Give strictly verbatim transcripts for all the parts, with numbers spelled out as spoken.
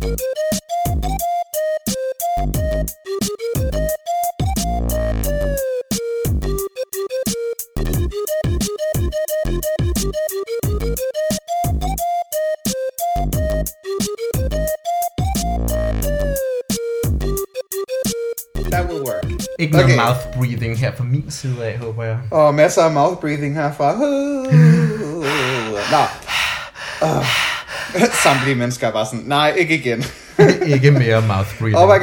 That will work. Ikke noget okay. Mouth breathing her fra min side af, håber jeg. Og masser af mouth breathing herfra. Nå. Uh. Samtlige mennesker er bare sådan, nej, ikke igen. Ikke mere mouth breathing. Oh my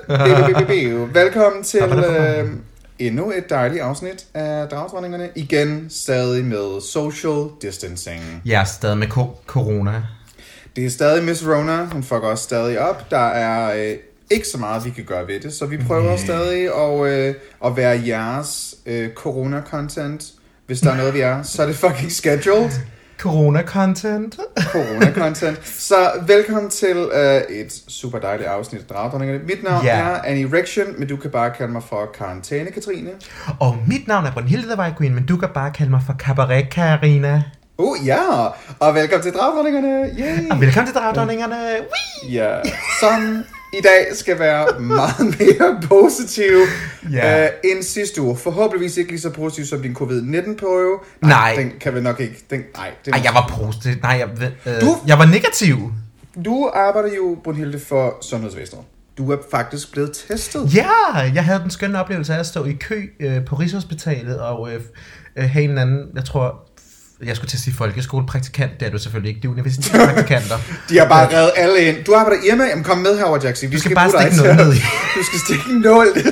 god. Velkommen til øh, endnu et dejligt afsnit af Dragdronningerne. Igen stadig med social distancing. Ja, stadig med ko- corona. Det er stadig Miss Rona. Hun fucker os stadig op. Der er... Øh, ikke så meget, vi kan gøre ved det, så vi prøver yeah. stadig at, øh, at være jeres øh, corona-content. Hvis der er noget, vi er, så er det fucking scheduled. Corona-content. Corona-content. Så velkommen til øh, et super dejligt afsnit af Dragdronningerne. Mit navn yeah. er Annie Rection, men du kan bare kalde mig for Karantæne Katrine. Og mit navn er Brunhilde the White Queen, men du kan bare kalde mig for Cabaret Karina. Uh, ja! Og velkommen til Dragdronningerne. Yay! Og velkommen til Dragdronningerne. Ja, som... i dag skal være meget mere positiv yeah. øh, end sidste uge. Forhåbentligvis ikke lige så positiv som din covid nitten-prøve. Nej. Den kan vi nok ikke... Den, nej, det Ej, jeg var positiv. Nej, jeg, øh, du, jeg var negativ. Du arbejder jo, Brunhilde, for sundhedsvæsenet. Du er faktisk blevet testet. Ja, jeg havde den skønne oplevelse af at stå i kø øh, på Rigshospitalet og øh, øh, have en anden, jeg tror... Jeg skulle til at sige folkeskolepraktikant, det er du selvfølgelig ikke, det er universitetspraktikanter. De har bare revet alle ind. Du arbejder hjemme, jamen kom med herover, Jaxi. Vi du skal, skal bare stikke noget ned i. Du skal stikke en nål lidt.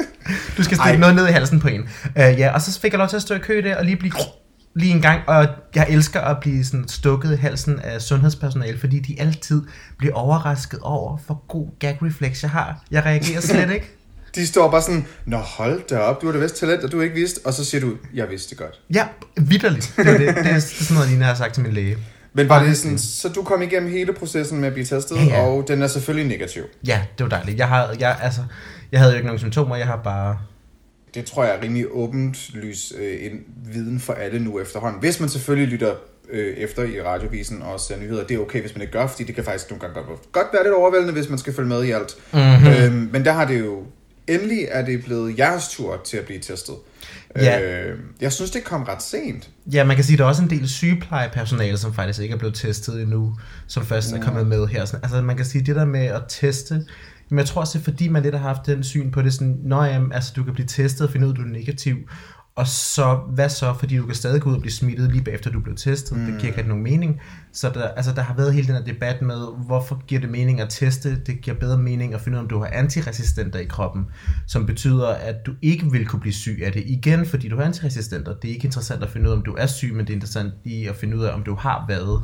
Du skal stikke Ej. noget ned i halsen på en. Uh, ja, og så fik jeg lov til at stå i kø der og lige blive lige en gang, og jeg elsker at blive sådan stukket i halsen af sundhedspersonale, fordi de altid bliver overrasket over, hvor god gag-reflex jeg har. Jeg reagerer slet ikke. De står bare sådan, nå hold da op, du har da vist talent, og du ikke vidste, og så siger du, jeg vidste det godt. Ja, vitterligt. Det er, det, det er sådan noget, Lina har sagt til min læge. Men var det sådan, så du kom igennem hele processen med at blive testet, ja, ja. Og den er selvfølgelig negativ? Ja, det var dejligt. Jeg, har, jeg, altså, jeg havde jo ikke nogen symptomer, jeg har bare... Det tror jeg er rimelig åbent lys øh, en viden for alle nu efterhånden. Hvis man selvfølgelig lytter øh, efter i radiovisen og ser nyheder, det er okay, hvis man ikke gør, fordi det kan faktisk nogle gange godt, godt være lidt overvældende, hvis man skal følge med i alt. Mm-hmm. Øhm, men der har det jo... Endelig er det blevet jeres tur til at blive testet. Ja. Øh, jeg synes, det kom ret sent. Ja, man kan sige, at der er også en del sygeplejepersonale, som faktisk ikke er blevet testet endnu, som først er kommet med her. Altså, man kan sige, det der med at teste, men jeg tror også, det er fordi, man lidt har haft den syn på det, sådan, nå jamen, altså, du kan blive testet og finde ud af, at du er negativ, og så, hvad så, fordi du kan stadig gå ud og blive smittet lige bagefter, du blev testet. Mm. Det giver ikke nogen mening. Så der, altså, der har været hele den her debat med, hvorfor giver det mening at teste? Det giver bedre mening at finde ud af, om du har antiresistenter i kroppen, som betyder, at du ikke vil kunne blive syg af det. Igen, fordi du har antiresistenter. Det er ikke interessant at finde ud af, om du er syg, men det er interessant i at finde ud af, om du har været.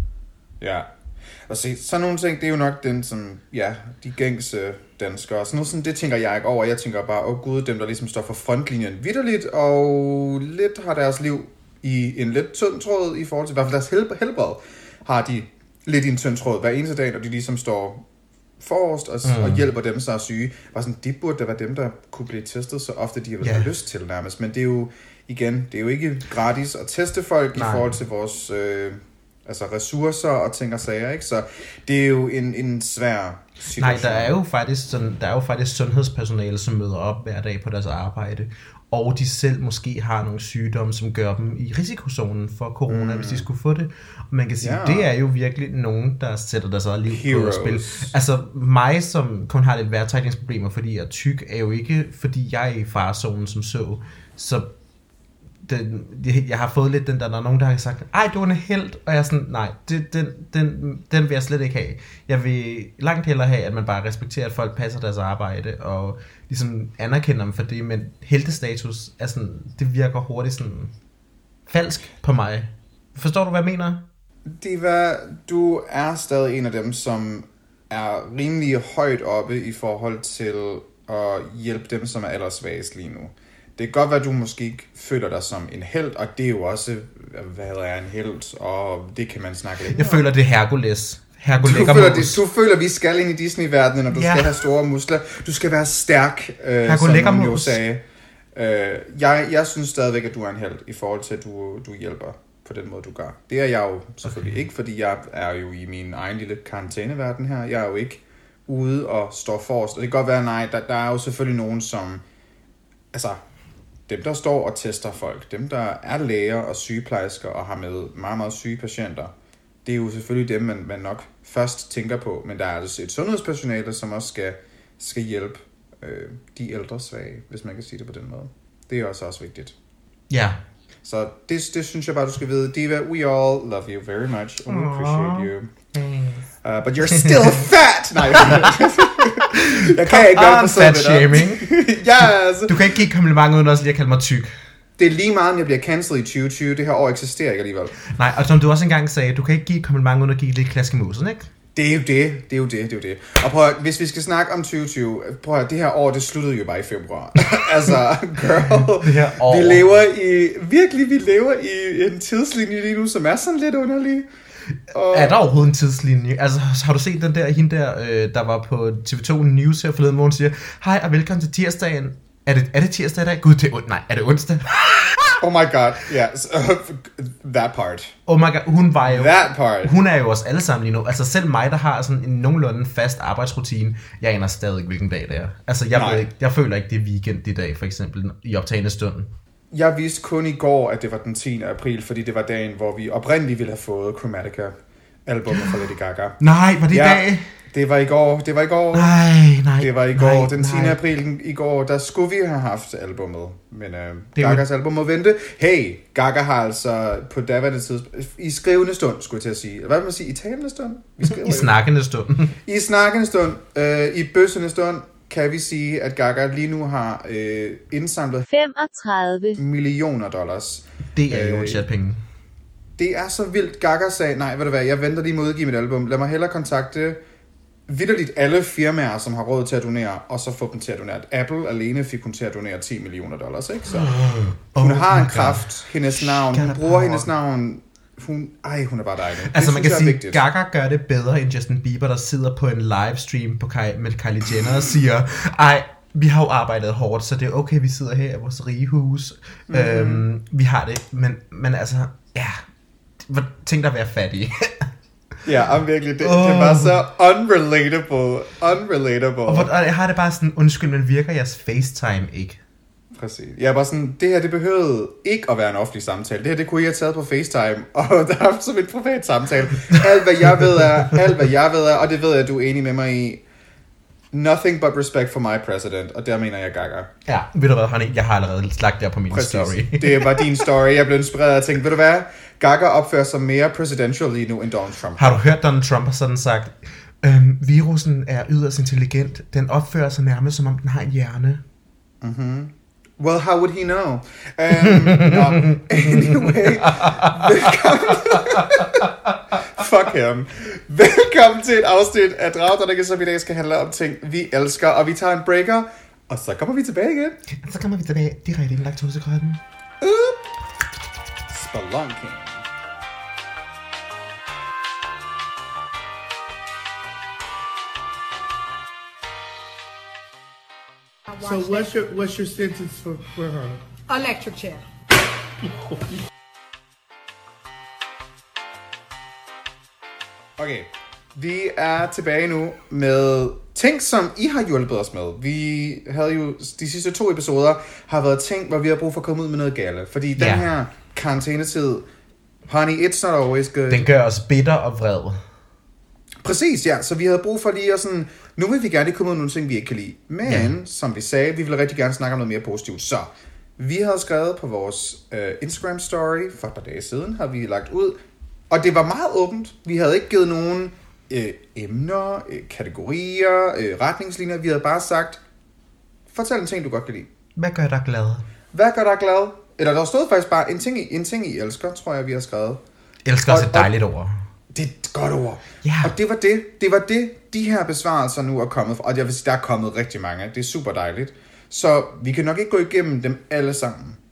Ja. Og se, sådan nogle ting, det er jo nok den, som, ja, de gængse danskere. Sådan noget, sådan, det tænker jeg ikke over. Jeg tænker bare, åh oh, gud, dem der ligesom står for frontlinjen vitterligt, og lidt har deres liv i en lidt tynd tråd i forhold til, i hvert fald deres helbred, helbred har de lidt i en tynd tråd hver eneste dag, og de ligesom står forrest og, mm. og hjælper dem, der er syge. Bare sådan, det burde da være dem, der kunne blive testet så ofte, de har yeah. lyst til nærmest. Men det er jo, igen, det er jo ikke gratis at teste folk. Nej. I forhold til vores... Øh, altså ressourcer og ting og sager, ikke? Så det er jo en, en svær situation. Nej, der er jo faktisk sådan, der er jo faktisk sundhedspersonale, som møder op hver dag på deres arbejde, og de selv måske har nogle sygdomme, som gør dem i risikozonen for corona, mm. hvis de skulle få det. Og man kan sige, yeah. det er jo virkelig nogen, der sætter deres eget liv Heroes. På spil. Altså mig, som kun har lidt vejrtrækningsproblemer, fordi jeg er tyk, er jo ikke, fordi jeg er i farezonen som så. Så Den, jeg har fået lidt den der, der er nogen, der har sagt, ej, du er en helt, og jeg er sådan, nej, det, den, den, den vil jeg slet ikke have. Jeg vil langt hellere have, at man bare respekterer, at folk passer deres arbejde, og ligesom anerkender dem for det, men heltestatus er sådan, det virker hurtigt sådan falsk på mig. Forstår du, hvad jeg mener? Diva, du er stadig en af dem, som er rimelig højt oppe i forhold til at hjælpe dem, som er allersvagest lige nu. Det kan godt være, at du måske ikke føler dig som en helt, og det er jo også, hvad er en helt, og det kan man snakke lidt. Jeg føler, det er Hercules. Hercules du, føler, det, du føler, at vi skal ind i Disney-verdenen, når du ja. skal have store muskler. Du skal være stærk, øh, som man jo sagde. Øh, jeg, jeg synes stadigvæk, at du er en helt i forhold til, at du, du hjælper på den måde, du gør. Det er jeg jo selvfølgelig okay. ikke, fordi jeg er jo i min egen lille karantæneverden her. Jeg er jo ikke ude og står forrest. Og det kan godt være, nej, der, der er jo selvfølgelig nogen, som... Altså, dem, der står og tester folk, dem, der er læger og sygeplejersker og har med meget, meget syge patienter, det er jo selvfølgelig dem, man, man nok først tænker på. Men der er altså et sundhedspersonale, som også skal, skal hjælpe øh, de ældre svage, hvis man kan sige det på den måde. Det er også også vigtigt. Ja. Så det, det synes jeg bare, du skal vide. Diva, we all love you very much, and we appreciate you. Uh, but you're still fat! Nej, jeg kan ikke gøre det for fat shaming. Yes. Du kan ikke give kompliment uden også lige at kalde mig tyk. Det er lige meget, om jeg bliver cancelled i tyve tyve. Det her år eksisterer ikke alligevel. Nej, og som du også engang sagde, du kan ikke give kompliment uden at give lidt klask i musen, ikke? Det er jo det, det er jo det, det er jo det. Og prøv at, hvis vi skal snakke om tyve tyve, prøv at, det her år, det sluttede jo bare i februar. Altså, girl, det her år. Vi lever i, virkelig, vi lever i en tidslinje lige nu, som er sådan lidt underlig. Og... Er der overhovedet en tidslinje? Altså, har du set den der, hende der, øh, der var på T V to News her forleden, hvor hun siger, hej og velkommen til tirsdagen. Er det, er det tirsdag i dag? Gud, det er, nej, er det onsdag? Oh my god, yes, that part. Oh my god, hun var jo... That part. Hun er jo også alle sammen lige nu. Altså selv mig, der har sådan en nogenlunde fast arbejdsrutine, jeg aner stadig ikke, hvilken dag det er. Altså jeg, ved ikke, jeg føler ikke, det er weekend i dag, for eksempel, i optagende stunden. Jeg vidste kun i går, at det var den tiende april, fordi det var dagen, hvor vi oprindeligt ville have fået Chromatica-albummet fra Lady Gaga. Nej, var det i ja, dag? Det var i går, det var i går. Nej, nej, Det var i går, nej, den tiende nej. april i går, der skulle vi have haft albummet. Men øh, Gagas album må vente. Hey, Gaga har altså på daværende tidspunkt, i skrivende stund, skulle jeg til at sige. Hvad vil man sige? I talende stund? Vi I snakkende stund. I snakkende stund, øh, i bøssende stund, kan vi sige, at Gaga lige nu har øh, indsamlet femogtredive millioner dollars. Det er jo øh, chatpenge. Det er så vildt. Gaga sagde, nej, ved du hvad, jeg venter lige med at udgive mit album. Lad mig hellere kontakte vitterligt alle firmaer, som har råd til at donere, og så få dem til at donere. Apple alene fik hun til at donere ti millioner dollars, ikke? Så hun oh har en kraft, hendes navn, hun bruger hendes navn. Hun, ej, hun er bare dejlig. Altså det man kan sige, vigtigt. Gaga gør det bedre end Justin Bieber, der sidder på en livestream på Kai, med Kylie Jenner og siger, ej, vi har jo arbejdet hårdt, så det er okay, vi sidder her i vores rige hus. Mm-hmm. Øhm, vi har det, men, men altså, ja, tænk dig at være fattig. Ja, virkelig, det, oh. det var så unrelatable, unrelatable. Og, og jeg har det bare sådan, undskyld, men virker jeres FaceTime ikke? Præcis. Jeg er bare sådan, det her, det behøvede ikke at være en offentlig samtale. Det her, det kunne I have taget på FaceTime, og der er som en privat samtale. Alt, hvad jeg ved er, alt, hvad jeg ved er, og det ved jeg, at du er enig med mig i. Nothing but respect for my president, og der mener jeg Gaga. Ja, ved du hvad, honey, jeg har allerede slagt der på min Præcis. story. Det var din story, jeg blev inspireret og tænkte, ved du hvad, Gaga opfører sig mere presidential lige nu end Donald Trump. Har du hørt Donald Trump har sådan sagt, øhm, virusen er yderst intelligent, den opfører sig nærmest som om den har en hjerne. Mhm. Well, how would he know? Um, no. Anyway, velkommen. Fuck him. Velkommen til et afsnit af Dragdronningen, som i dag skal handle om ting, vi elsker. Og vi tager en breaker, og så kommer vi tilbage igen. Og så kommer vi tilbage direkte i laktosegrøden. Uh. Spelunking. So what's your what's your sentence for, for her? Electric chair. Okay, vi er tilbage nu med ting, som I har hjulpet os med. Vi havde jo de sidste to episoder har været ting, hvor vi har brug for at komme ud med noget gale. Fordi den Ja. her karantænetid, honey, it's not always good. Den gør os bitter og vred. Præcis, ja. Så vi havde brug for lige at sådan, nu vil vi gerne komme ud med nogle ting, vi ikke kan lide. Men, ja. som vi sagde, vi ville rigtig gerne snakke om noget mere positivt. Så, vi havde skrevet på vores øh, Instagram story for et par dage siden, har vi lagt ud. Og det var meget åbent. Vi havde ikke givet nogen øh, emner, øh, kategorier, øh, retningslinjer. Vi havde bare sagt, fortæl en ting, du godt kan lide. Hvad gør dig glad? Hvad gør dig glad? Eller der stod faktisk bare, en ting, I, en ting, I elsker, tror jeg, vi har skrevet. Elsker også et dejligt ord. Det er et godt ord. Ja. Og det var det. Det var det, de her besvarelser nu er kommet fra. Og jeg vil sige, der er kommet rigtig mange. Det er super dejligt. Så vi kan nok ikke gå igennem dem alle sammen.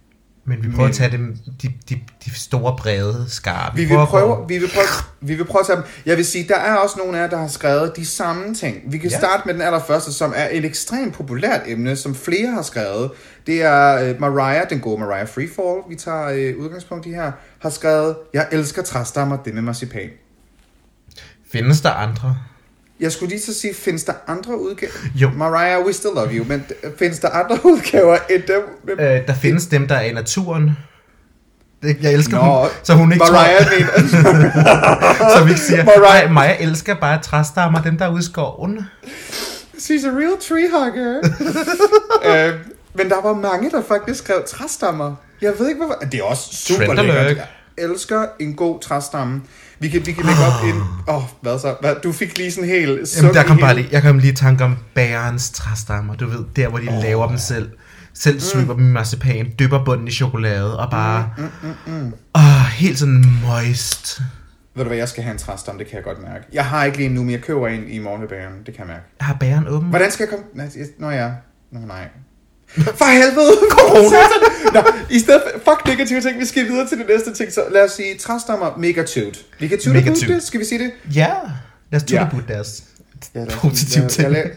Men vi prøver Men, at tage dem, de, de, de store brede skar. Vi, vi, vil prøve, vi, vil prøve, vi vil prøve at tage dem. Jeg vil sige, der er også nogle af jer, der har skrevet de samme ting. Vi kan ja. starte med den allerførste, som er et ekstremt populært emne, som flere har skrevet. Det er uh, Mariah, den gode Mariah Freefall, vi tager uh, udgangspunkt i her, har skrevet, jeg elsker træstammer, det med marcipan. Findes der andre? Jeg skulle lige så sige, findes der andre udgaver? Jo. Mariah, we still love you, men findes der andre udgaver end dem? Med... Øh, der findes dem, der er i naturen. Jeg elsker Nå, hun, så hun ikke Mariah tror... så vi ikke siger, nej, Maja elsker bare træstammer, dem der er ude i skoven. She's a real tree hugger. øh, men der var mange, der faktisk skrev træstammer. Jeg ved ikke, hvorfor. Det er også super lækkert. Jeg elsker en god træstamme. Vi kan, vi kan lægge op en... Åh, oh, hvad så? Hvad? Du fik lige sådan helt... Jamen, der kom bare lige, jeg kom lige i tanke om bærens træstammer. Du ved, der hvor de oh. laver dem selv. Selv svøber mm. dem i marcipan, dypper bunden i chokolade og bare... Mm, mm, mm, mm. Åh, helt sådan moist. Ved du hvad, jeg skal have en træstamme, det kan jeg godt mærke. Jeg har ikke lige nu, men jeg køber en i morgen ved bæren. Det kan jeg mærke. Jeg har bæren åben. Hvordan skal jeg komme... Nå ja. Nå nej. For helvede! Corona! Nå, i stedet for, fuck negative ting, vi skal videre til det næste ting, så lad os sige, træstammer, mega toot. Vi kan toot og det, skal vi sige det? Ja, lad os toot og boot deres positive ting. Nej,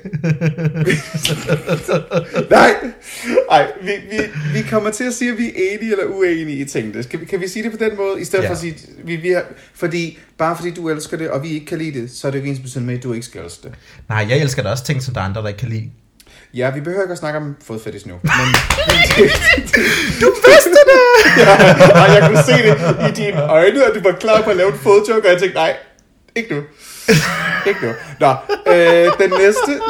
nej, vi, vi, vi kommer til at sige, at vi er enige eller uenige i tingene. Kan vi, kan vi sige det på den måde, i stedet ja. for at sige, vi, vi har, fordi, bare fordi du elsker det, og vi ikke kan lide det, så er det jo ikke ens betydende med, at du ikke skal elske det. Nej, jeg elsker da også ting, som der er andre, der ikke kan lide. Ja, vi behøver ikke at snakke om fodfetish nu. Men, du vidste det! Ja, og jeg kunne se det i dine øjne, at du var klar på at lave en fodjoke, og jeg tænkte, nej, ikke nu. Ikke nu. Nå, øh, den næste...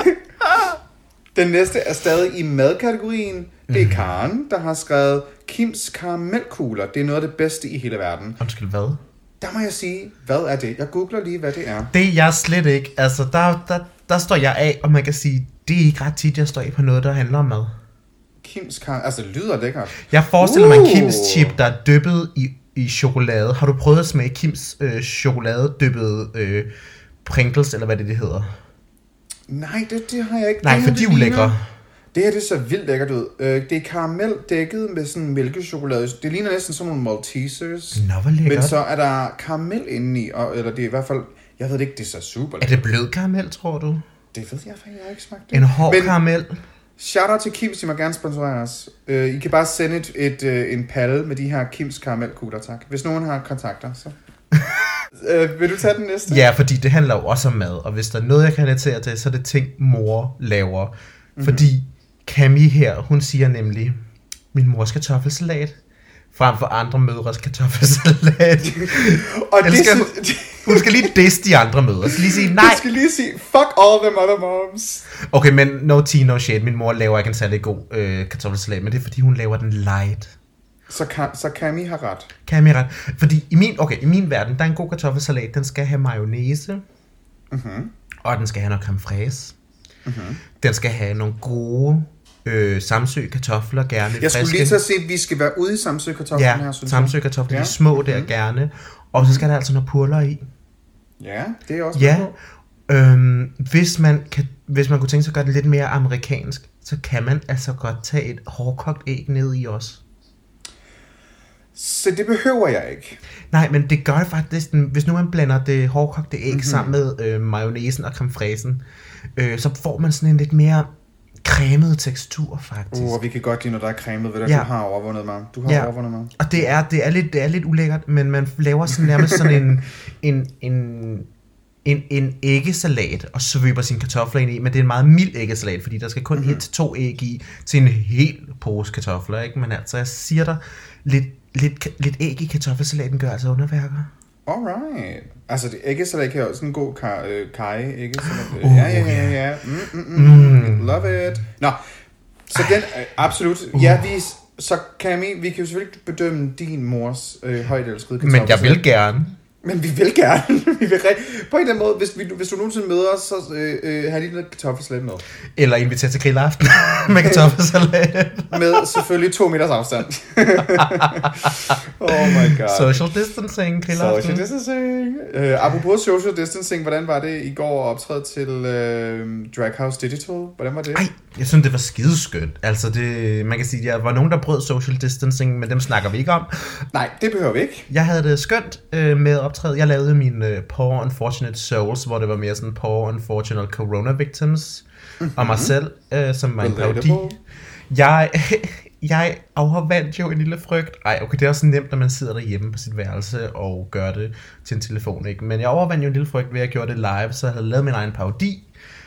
den næste er stadig i madkategorien. Det er Karen, der har skrevet Kims karamelkugler. Det er noget af det bedste i hele verden. Undskyld, hvad? Der må jeg sige, hvad er det? Jeg googler lige, hvad det er. Det er jeg slet ikke. Altså, der, der, der står jeg af, og man kan sige, det er ikke ret tit, jeg står af på noget, der handler om mad. Kims karamelkugler, altså det lyder lækkert. Jeg forestiller uh. mig en Kims chip, der er dyppet i, i chokolade. Har du prøvet at smage Kims øh, chokoladedyppede øh, Pringles, eller hvad det, det hedder? Nej, det, det har jeg ikke. Nej, for de er ulækre. Det her, det ser vildt lækkert ud. Det er karamel dækket med sådan mælkechokolade. Det ligner næsten sådan nogle Maltesers. Nå, hvor lækkert. Men så er der karamel indeni, og, eller det er i hvert fald, jeg ved det ikke, det ser super lækkert. Er det blød karamel, tror du? Det ved jeg, for jeg har ikke smagt det. En hård Men, karamel. Shout out til Kims, de må gerne sponsorere os. Uh, I kan bare sende et, et, uh, en palle med de her Kims karamelkugler, tak. Hvis nogen har kontakter, så... uh, vil du tage den næste? Ja, fordi det handler jo også om mad, og hvis der er noget, jeg kan relatere til, så er det ting, mor laver. Mm-hmm. Fordi Cammy her, hun siger nemlig, min mors kartoffelsalat, frem for andre mødres kartoffelsalat. Og det skal, hun skal lige disse de andre mødre. Så lige sige nej. Hun skal lige sige, fuck all them other moms. Okay, men no tea, no shade. Min mor laver ikke en særlig god øh, kartoffelsalat, men det er fordi, hun laver den light. Så, så Cammy har ret. Cammy har ret. Fordi i min, okay, i min verden, der er en god kartoffelsalat, den skal have mayonnaise, mm-hmm. og den skal have noget creme fraise. Mm-hmm. Den skal have nogle gode øh, Samsø kartofler, gerne Jeg skulle friske. lige til at se, at vi skal være ude i Samsø kartofler ja, her. Ja, Samsø kartofler, ja. De små der, mm-hmm. gerne. Og så skal der altså noget purler i. Ja, det er også ja. Øhm, hvis, man kan, hvis man kunne tænke sig at gøre det lidt mere amerikansk, så kan man altså godt tage et hårdkogt æg ned i os. Så det behøver jeg ikke. Nej, men det gør det faktisk. Hvis nu man blander det hårdkogte æg mm-hmm. sammen med øh, mayonnaisen og creme fraisen, øh, så får man sådan en lidt mere cremet tekstur, faktisk. Uh, og vi kan godt lide, når der er cremet, ved du, ja. Du har overvundet mig. Du har ja. overvundet mig. Og det er, det, er lidt, det er lidt ulækkert, men man laver sådan nærmest sådan en, en, en, en, en æggesalat og svøber sine kartofler ind i, men det er en meget mild æggesalat, fordi der skal kun mm-hmm. et til to æg i til en hel pose kartofler, ikke? Men altså, jeg siger dig, lidt, lidt, lidt æg i kartoffelsalaten gør altså underværker. Alright. Altså, det æggesalat kan jo også en god kar, øh, kaj, æggesalat. Uh, ja, ja, ja, ja. Mm, mm, mm. Mm. Love it. Nå, så den, øh, absolut. Uh. Ja, vi, så Cammy, vi kan jo selvfølgelig bedømme din mors øh, højt elskede kartoffelsalat. Men jeg vil gerne. Men vi vil gerne. vi vil re- på en eller anden måde, hvis, vi, hvis du nogensinde møder os, så øh, øh, har lige noget kartoffelsalat med. Eller inviteret til grillaften med kartoffelsalat. Med selvfølgelig to meters afstand. Oh my god. Social distancing, grillaften. Social distancing. Uh, apropos social distancing, hvordan var det i går at optræde til uh, Drag House Digital? Hvordan var det? Ej, jeg synes, det var skideskønt. Altså, det, man kan sige, at der var nogen, der brød social distancing, men dem snakker vi ikke om. Nej, det behøver vi ikke. Jeg havde det skønt øh, med at optræde. Jeg lavede min øh, Poor Unfortunate Souls, hvor det var mere sådan Poor Unfortunate Corona Victims, mm-hmm. og mig selv, øh, som var en parodi. Jeg, jeg afvandt jo en lille frygt. Ej, okay, det er også nemt, når man sidder derhjemme på sit værelse og gør det til en telefon, ikke? Men jeg overvandt jo en lille frygt ved at gøre det live, så jeg havde lavet min egen parodi.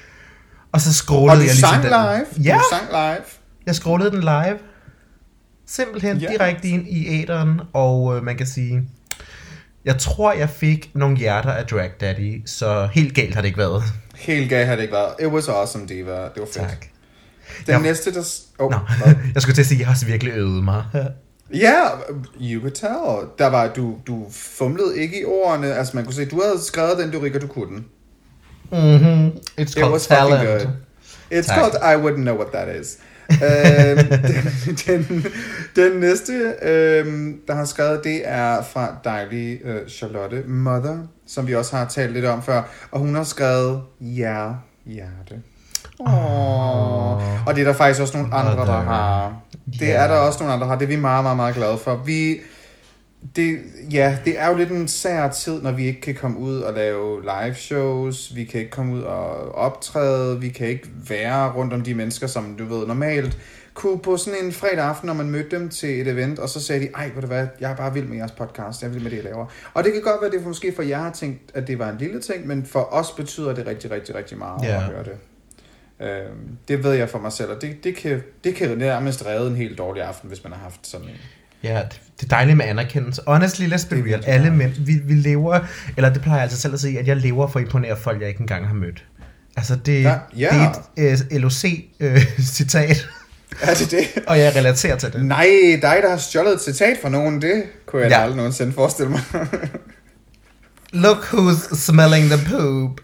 Og så scrollede og du jeg ligesom sang den. live? Ja, du sang live? Jeg scrollede den live. Simpelthen yes. direkte ind i æteren, og øh, man kan sige, jeg tror, jeg fik nogle hjerter af Drag Daddy, så helt galt har det ikke været. Helt galt har det ikke været. It was awesome, Diva. Det var fedt. Tak. Den jeg... næste, der... Oh, no. Jeg skulle til at sige, at jeg har også virkelig øvet mig. Ja, yeah, you could tell. Der var, du, du fumlede ikke i ordene. Altså, man kunne se, du havde skrevet den, du Rikker, du kunne den. Mm-hmm. It's called was talent. It's tak. Called I wouldn't know what that is. øhm, den, den, den næste, øhm, der har skrevet, det er fra dejlige øh, Charlotte Mother, som vi også har talt lidt om før. Og hun har skrevet, ja, hjerte. Oh. Og det er der faktisk også nogle andre, der har. Det yeah. er der også nogle andre, der har. Det er vi meget, meget, meget glade for. Vi... Det, ja, det er jo lidt en sær tid, når vi ikke kan komme ud og lave live shows, vi kan ikke komme ud og optræde, vi kan ikke være rundt om de mennesker, som du ved normalt kunne på sådan en fredag aften, når man mødte dem til et event, og så sagde de, ej, ved du hvad, jeg er bare vild med jeres podcast, jeg er vild med det, jeg laver. Og det kan godt være, det er måske for jer har tænkt, at det var en lille ting, men for os betyder det rigtig, rigtig, rigtig meget yeah. at høre det. Øhm, det ved jeg for mig selv, og det, det, kan, det kan nærmest redde en helt dårlig aften, hvis man har haft sådan en. Ja, det er dejligt med anerkendelse. Honestly, let's be real. Alle mænd, vi, vi lever, eller det plejer jeg altså selv at sige, at jeg lever for at imponere folk, jeg ikke engang har mødt. Altså, det, ja, ja. det er et uh, L O C-citat. Uh, er det det? Og jeg relaterer til det. Nej, dig, der har stjålet et citat fra nogen, det kunne jeg ja. aldrig nogensinde forestille mig. Look who's smelling the poop.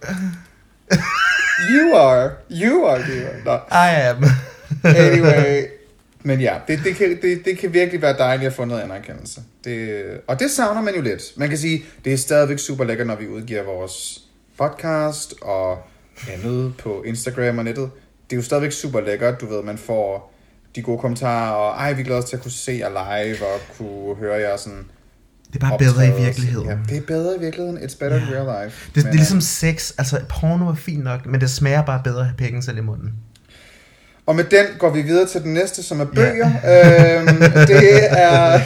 You are. You are, you are. I am. Anyway. Men ja, det, det, kan, det, det kan virkelig være dejligt at få noget anerkendelse. Det, og det savner man jo lidt. Man kan sige, det er stadigvæk super lækkert, når vi udgiver vores podcast og andet på Instagram og nettet. Det er jo stadigvæk super lækkert, du ved, man får de gode kommentarer, og ej, vi glæder os til at kunne se jer live og kunne høre jer sådan. Det er bare bedre i virkeligheden. Ja, det er bedre i virkeligheden. It's better yeah. in real life. Det, det er ligesom sex. Altså, porno er fint nok, men det smager bare bedre af pikken selv i munden. Og med den går vi videre til den næste, som er bøger. Ja. øhm, det er...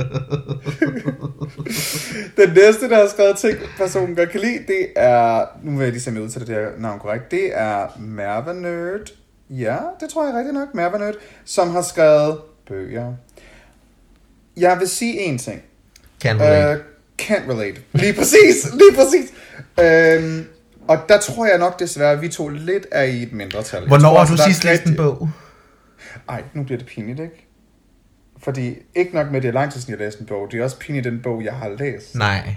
den næste, der har skrevet ting, personen godt kan lide, det er... Nu vil jeg lige se ud til det der navn korrekt. Det er Merva Nerd. Ja, det tror jeg rigtig nok. Merva Nerd, som har skrevet bøger. Jeg vil sige en ting. Can't relate. Uh, can't relate. Lige præcis. Lige præcis. Øhm... Og der tror jeg nok desværre, at vi to lidt er i et mindretal. Hvornår har du sidst læst en bog? Ej, nu bliver det pinligt, ikke? Fordi ikke nok med, det er lang tid siden, jeg læste en bog. Det er også pinligt, den bog, jeg har læst. Nej.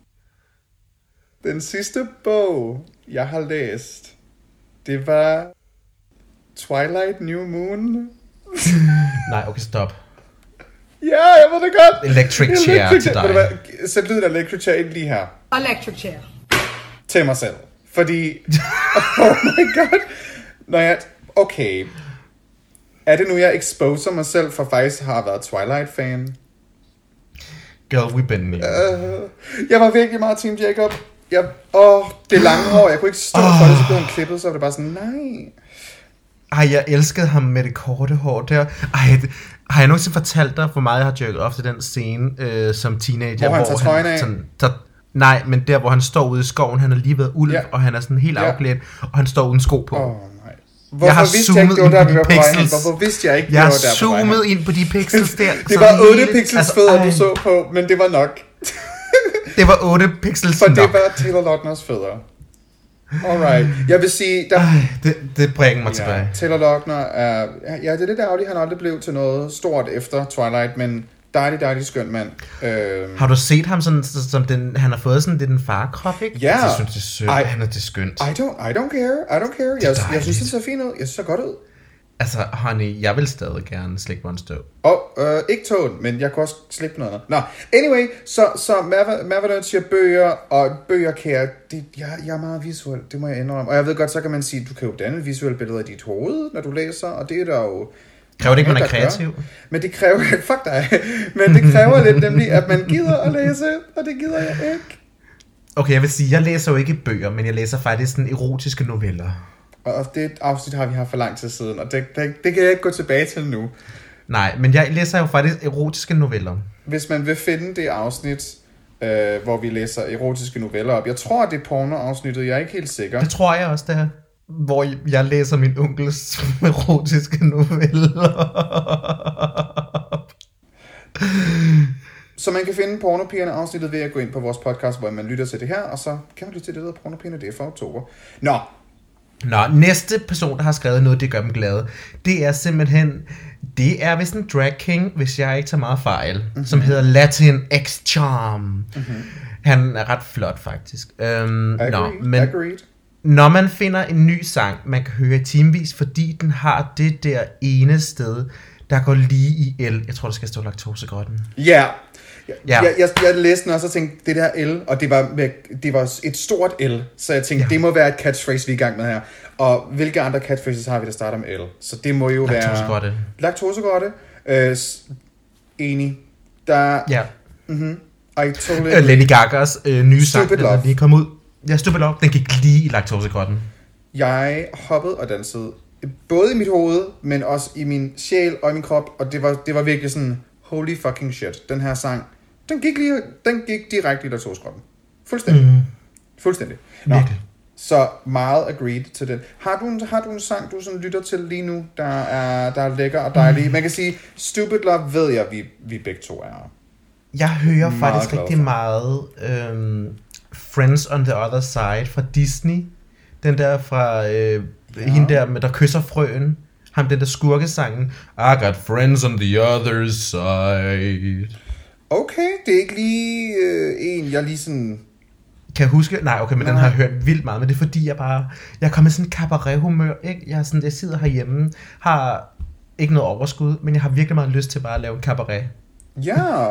Den sidste bog, jeg har læst, det var Twilight New Moon. Nej, okay, stop. Ja, jeg ved det godt. Electric Chair electric til chair. dig. Sæt lyden af Electric Chair ind lige her. Electric Chair. Til mig selv. Fordi, oh my god, når jeg, okay, er det nu, jeg exposer mig selv, for faktisk har været Twilight-fan? Girl, we've been there. Uh, jeg var virkelig meget Team Jacob. Jeg, åh, det lange hår, jeg kunne ikke stå oh. for det, så blev han klippet, så var det bare sådan, nej. Ej, jeg elskede ham med det korte hår der. Ej, det, har jeg nogensinde fortalt dig, hvor meget jeg har jerket op til den scene øh, som teenager? Hvor han tager trøjen af? Sådan, tager, nej, men der, hvor han står ude i skoven, han har lige været ulv, ja. Og han er sådan helt ja. afklædt, og han står uden sko på. Åh, oh, nej. Hvorfor jeg har vidste jeg ikke, det var der, vi var på vej hen? Hvorfor vidste jeg ikke, det jeg var der på vej hen? Jeg har zoomet ind på de pixels der. Det var otte pixels altså, fødder, du så på, men det var nok. Det var otte pixels For nok. det var Taylor Lautners fødder. Alright. Jeg vil sige... Der... Ej, det, det bringer mig ja, tilbage. Taylor Lautner er... Ja, det er lidt ærgerligt, han aldrig blev til noget stort efter Twilight, men Dejlig, dejlig skøn mand. Øh, har du set ham sådan, som den, han har fået sådan lidt en farkrop, ikke? Ja. Jeg synes, det er sødt. I, han er det skønt. I don't, I don't care. I don't care. Jeg, jeg synes, det ser fint ud. Jeg synes, det ser godt ud. Altså, honey, jeg vil stadig gerne slikke mig en støv. Og øh, ikke tåen, men jeg kan også slippe noget andet. Nå, anyway, så, så Maverdun siger bøger, og bøger kan jeg, det, jeg, jeg er meget visuel, det må jeg indrømme. Og jeg ved godt, så kan man sige, du kan jo danne visuelle billeder i dit hoved, når du læser, og det er der jo... Kræver det ikke, man er kreativ? Gør. Men det kræver, fuck dig, men det kræver lidt nemlig, at man gider at læse, og det gider jeg ikke. Okay, jeg vil sige, jeg læser jo ikke bøger, men jeg læser faktisk sådan erotiske noveller. Og det afsnit har vi haft for lang tid siden, og det, det, det kan jeg ikke gå tilbage til nu. Nej, men jeg læser jo faktisk erotiske noveller. Hvis man vil finde det afsnit, øh, hvor vi læser erotiske noveller op. Jeg tror, det er porno-afsnittet, jeg er ikke helt sikker. Det tror jeg også, det er. Hvor jeg læser min onkels erotiske noveller. Så man kan finde Pornopigerne afsnittet ved at gå ind på vores podcast, hvor man lytter til det her, og så kan man lytte til det, der hedder Pornopigerne, det er for oktober. Nå. Nå, næste person, der har skrevet noget, det gør dem glade, det er simpelthen, det er vist en drag king, hvis jeg ikke tager meget fejl, mm-hmm. som hedder Latin X Charm. Mm-hmm. Han er ret flot, faktisk. Øhm, Agreed. Nå, men Agreed. Når man finder en ny sang, man kan høre i timevis, fordi den har det der ene sted, der går lige i el. Jeg tror, der skal stå laktosegrotten. Ja. Yeah. Jeg, ja. jeg, jeg, jeg læste den også og tænkte, det der L, og det var, det var et stort L, så jeg tænkte, ja. Det må være et catchphrase, vi er i gang med her. Og hvilke andre catchphrases har vi, der starter med L? Så det må jo laktosegrotte. være... Laktosegrotte. Øh, enig. Der... Ja. Mhm. I totally... Lady Gagas øh, nye sang, Stupid Love. Den lige kom ud. Ja, Stupid Love, den gik lige i laktosegrotten. Jeg hoppede og dansede, både i mit hoved, men også i min sjæl og i min krop, og det var, det var virkelig sådan, holy fucking shit, den her sang, den gik, lige, den gik direkte i laktosegrotten. Fuldstændig. Mm. Fuldstændig. Nå, så meget agreed til den. Har du, en, har du en sang, du sådan lytter til lige nu, der er, der er lækker og dejlig? Mm. Man kan sige, Stupid Love ved jeg, vi, vi begge to er. Jeg hører meget faktisk rigtig meget øhm, Friends on the Other Side fra Disney. Den der fra øh, ja. hende der med der kysser frøen. Ham den der skurkesangen. I got friends on the other side. Okay, det er ikke lige øh, en, jeg lige sådan... Kan jeg huske? Nej, okay, men Nej. Den har jeg hørt vildt meget. Men det er fordi, jeg bare... Jeg er kommet i sådan en cabaret-humør, ikke? Jeg, er sådan, jeg sidder herhjemme, har ikke noget overskud, men jeg har virkelig meget lyst til bare at lave en cabaret. Ja...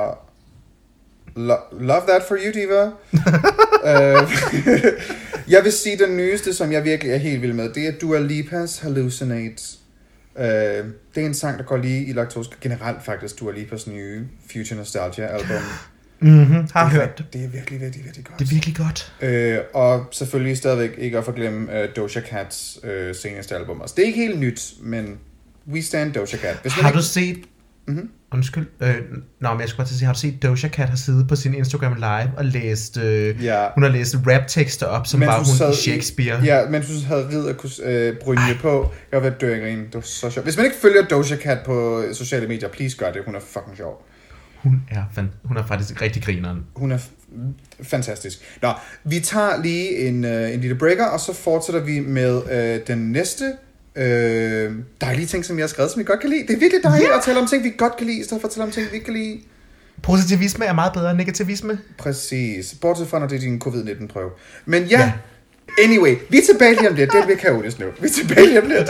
Lo- love that for you, Diva. uh, jeg vil sige, den nyeste, som jeg virkelig er helt vild med, det er Dua Lipa's Hallucinate. Uh, det er en sang, der går lige i laktose. Generelt faktisk Dua Lipa's nye Future Nostalgia album. Mm-hmm, har det, hørt det. er virkelig, virkelig, virkelig godt. Det er virkelig godt. Uh, og selvfølgelig stadigvæk ikke at forglemme uh, Doja Cat's uh, seneste album. Altså, det er ikke helt nyt, men we stand Doja Cat. Hvis har ikke... du set... Mm-hmm. Undskyld. Øh, nå, men jeg skulle bare til at sige, har du set Doja Cat har siddet på sin Instagram live og læst, øh, ja. hun har læst raptekster op, som var hun sad, i Shakespeare. Ja, mens hun havde ridderbrynje øh, på. Jeg var ved at dø af det var så sjovt. Hvis man ikke følger Doja Cat på sociale medier, please gør det. Hun er fucking sjov. Hun er, fan- hun er faktisk rigtig grineren. Hun er f- fantastisk. Nå, vi tager lige en, øh, en lille breaker, og så fortsætter vi med øh, den næste Øh, dejlige ting, som jeg har skrevet, som vi godt kan lide. Det er virkelig dejligt yeah. at tale om ting, vi godt kan lide, i stedet for at tale om ting, vi ikke kan lide. Positivisme er meget bedre end negativisme. Præcis. Bortset fra, når det er din covid nitten prøve. Men ja, yeah. Anyway, vi er tilbage lige om lidt. Det er lidt kaotisk nu. Vi er tilbage lige om lidt.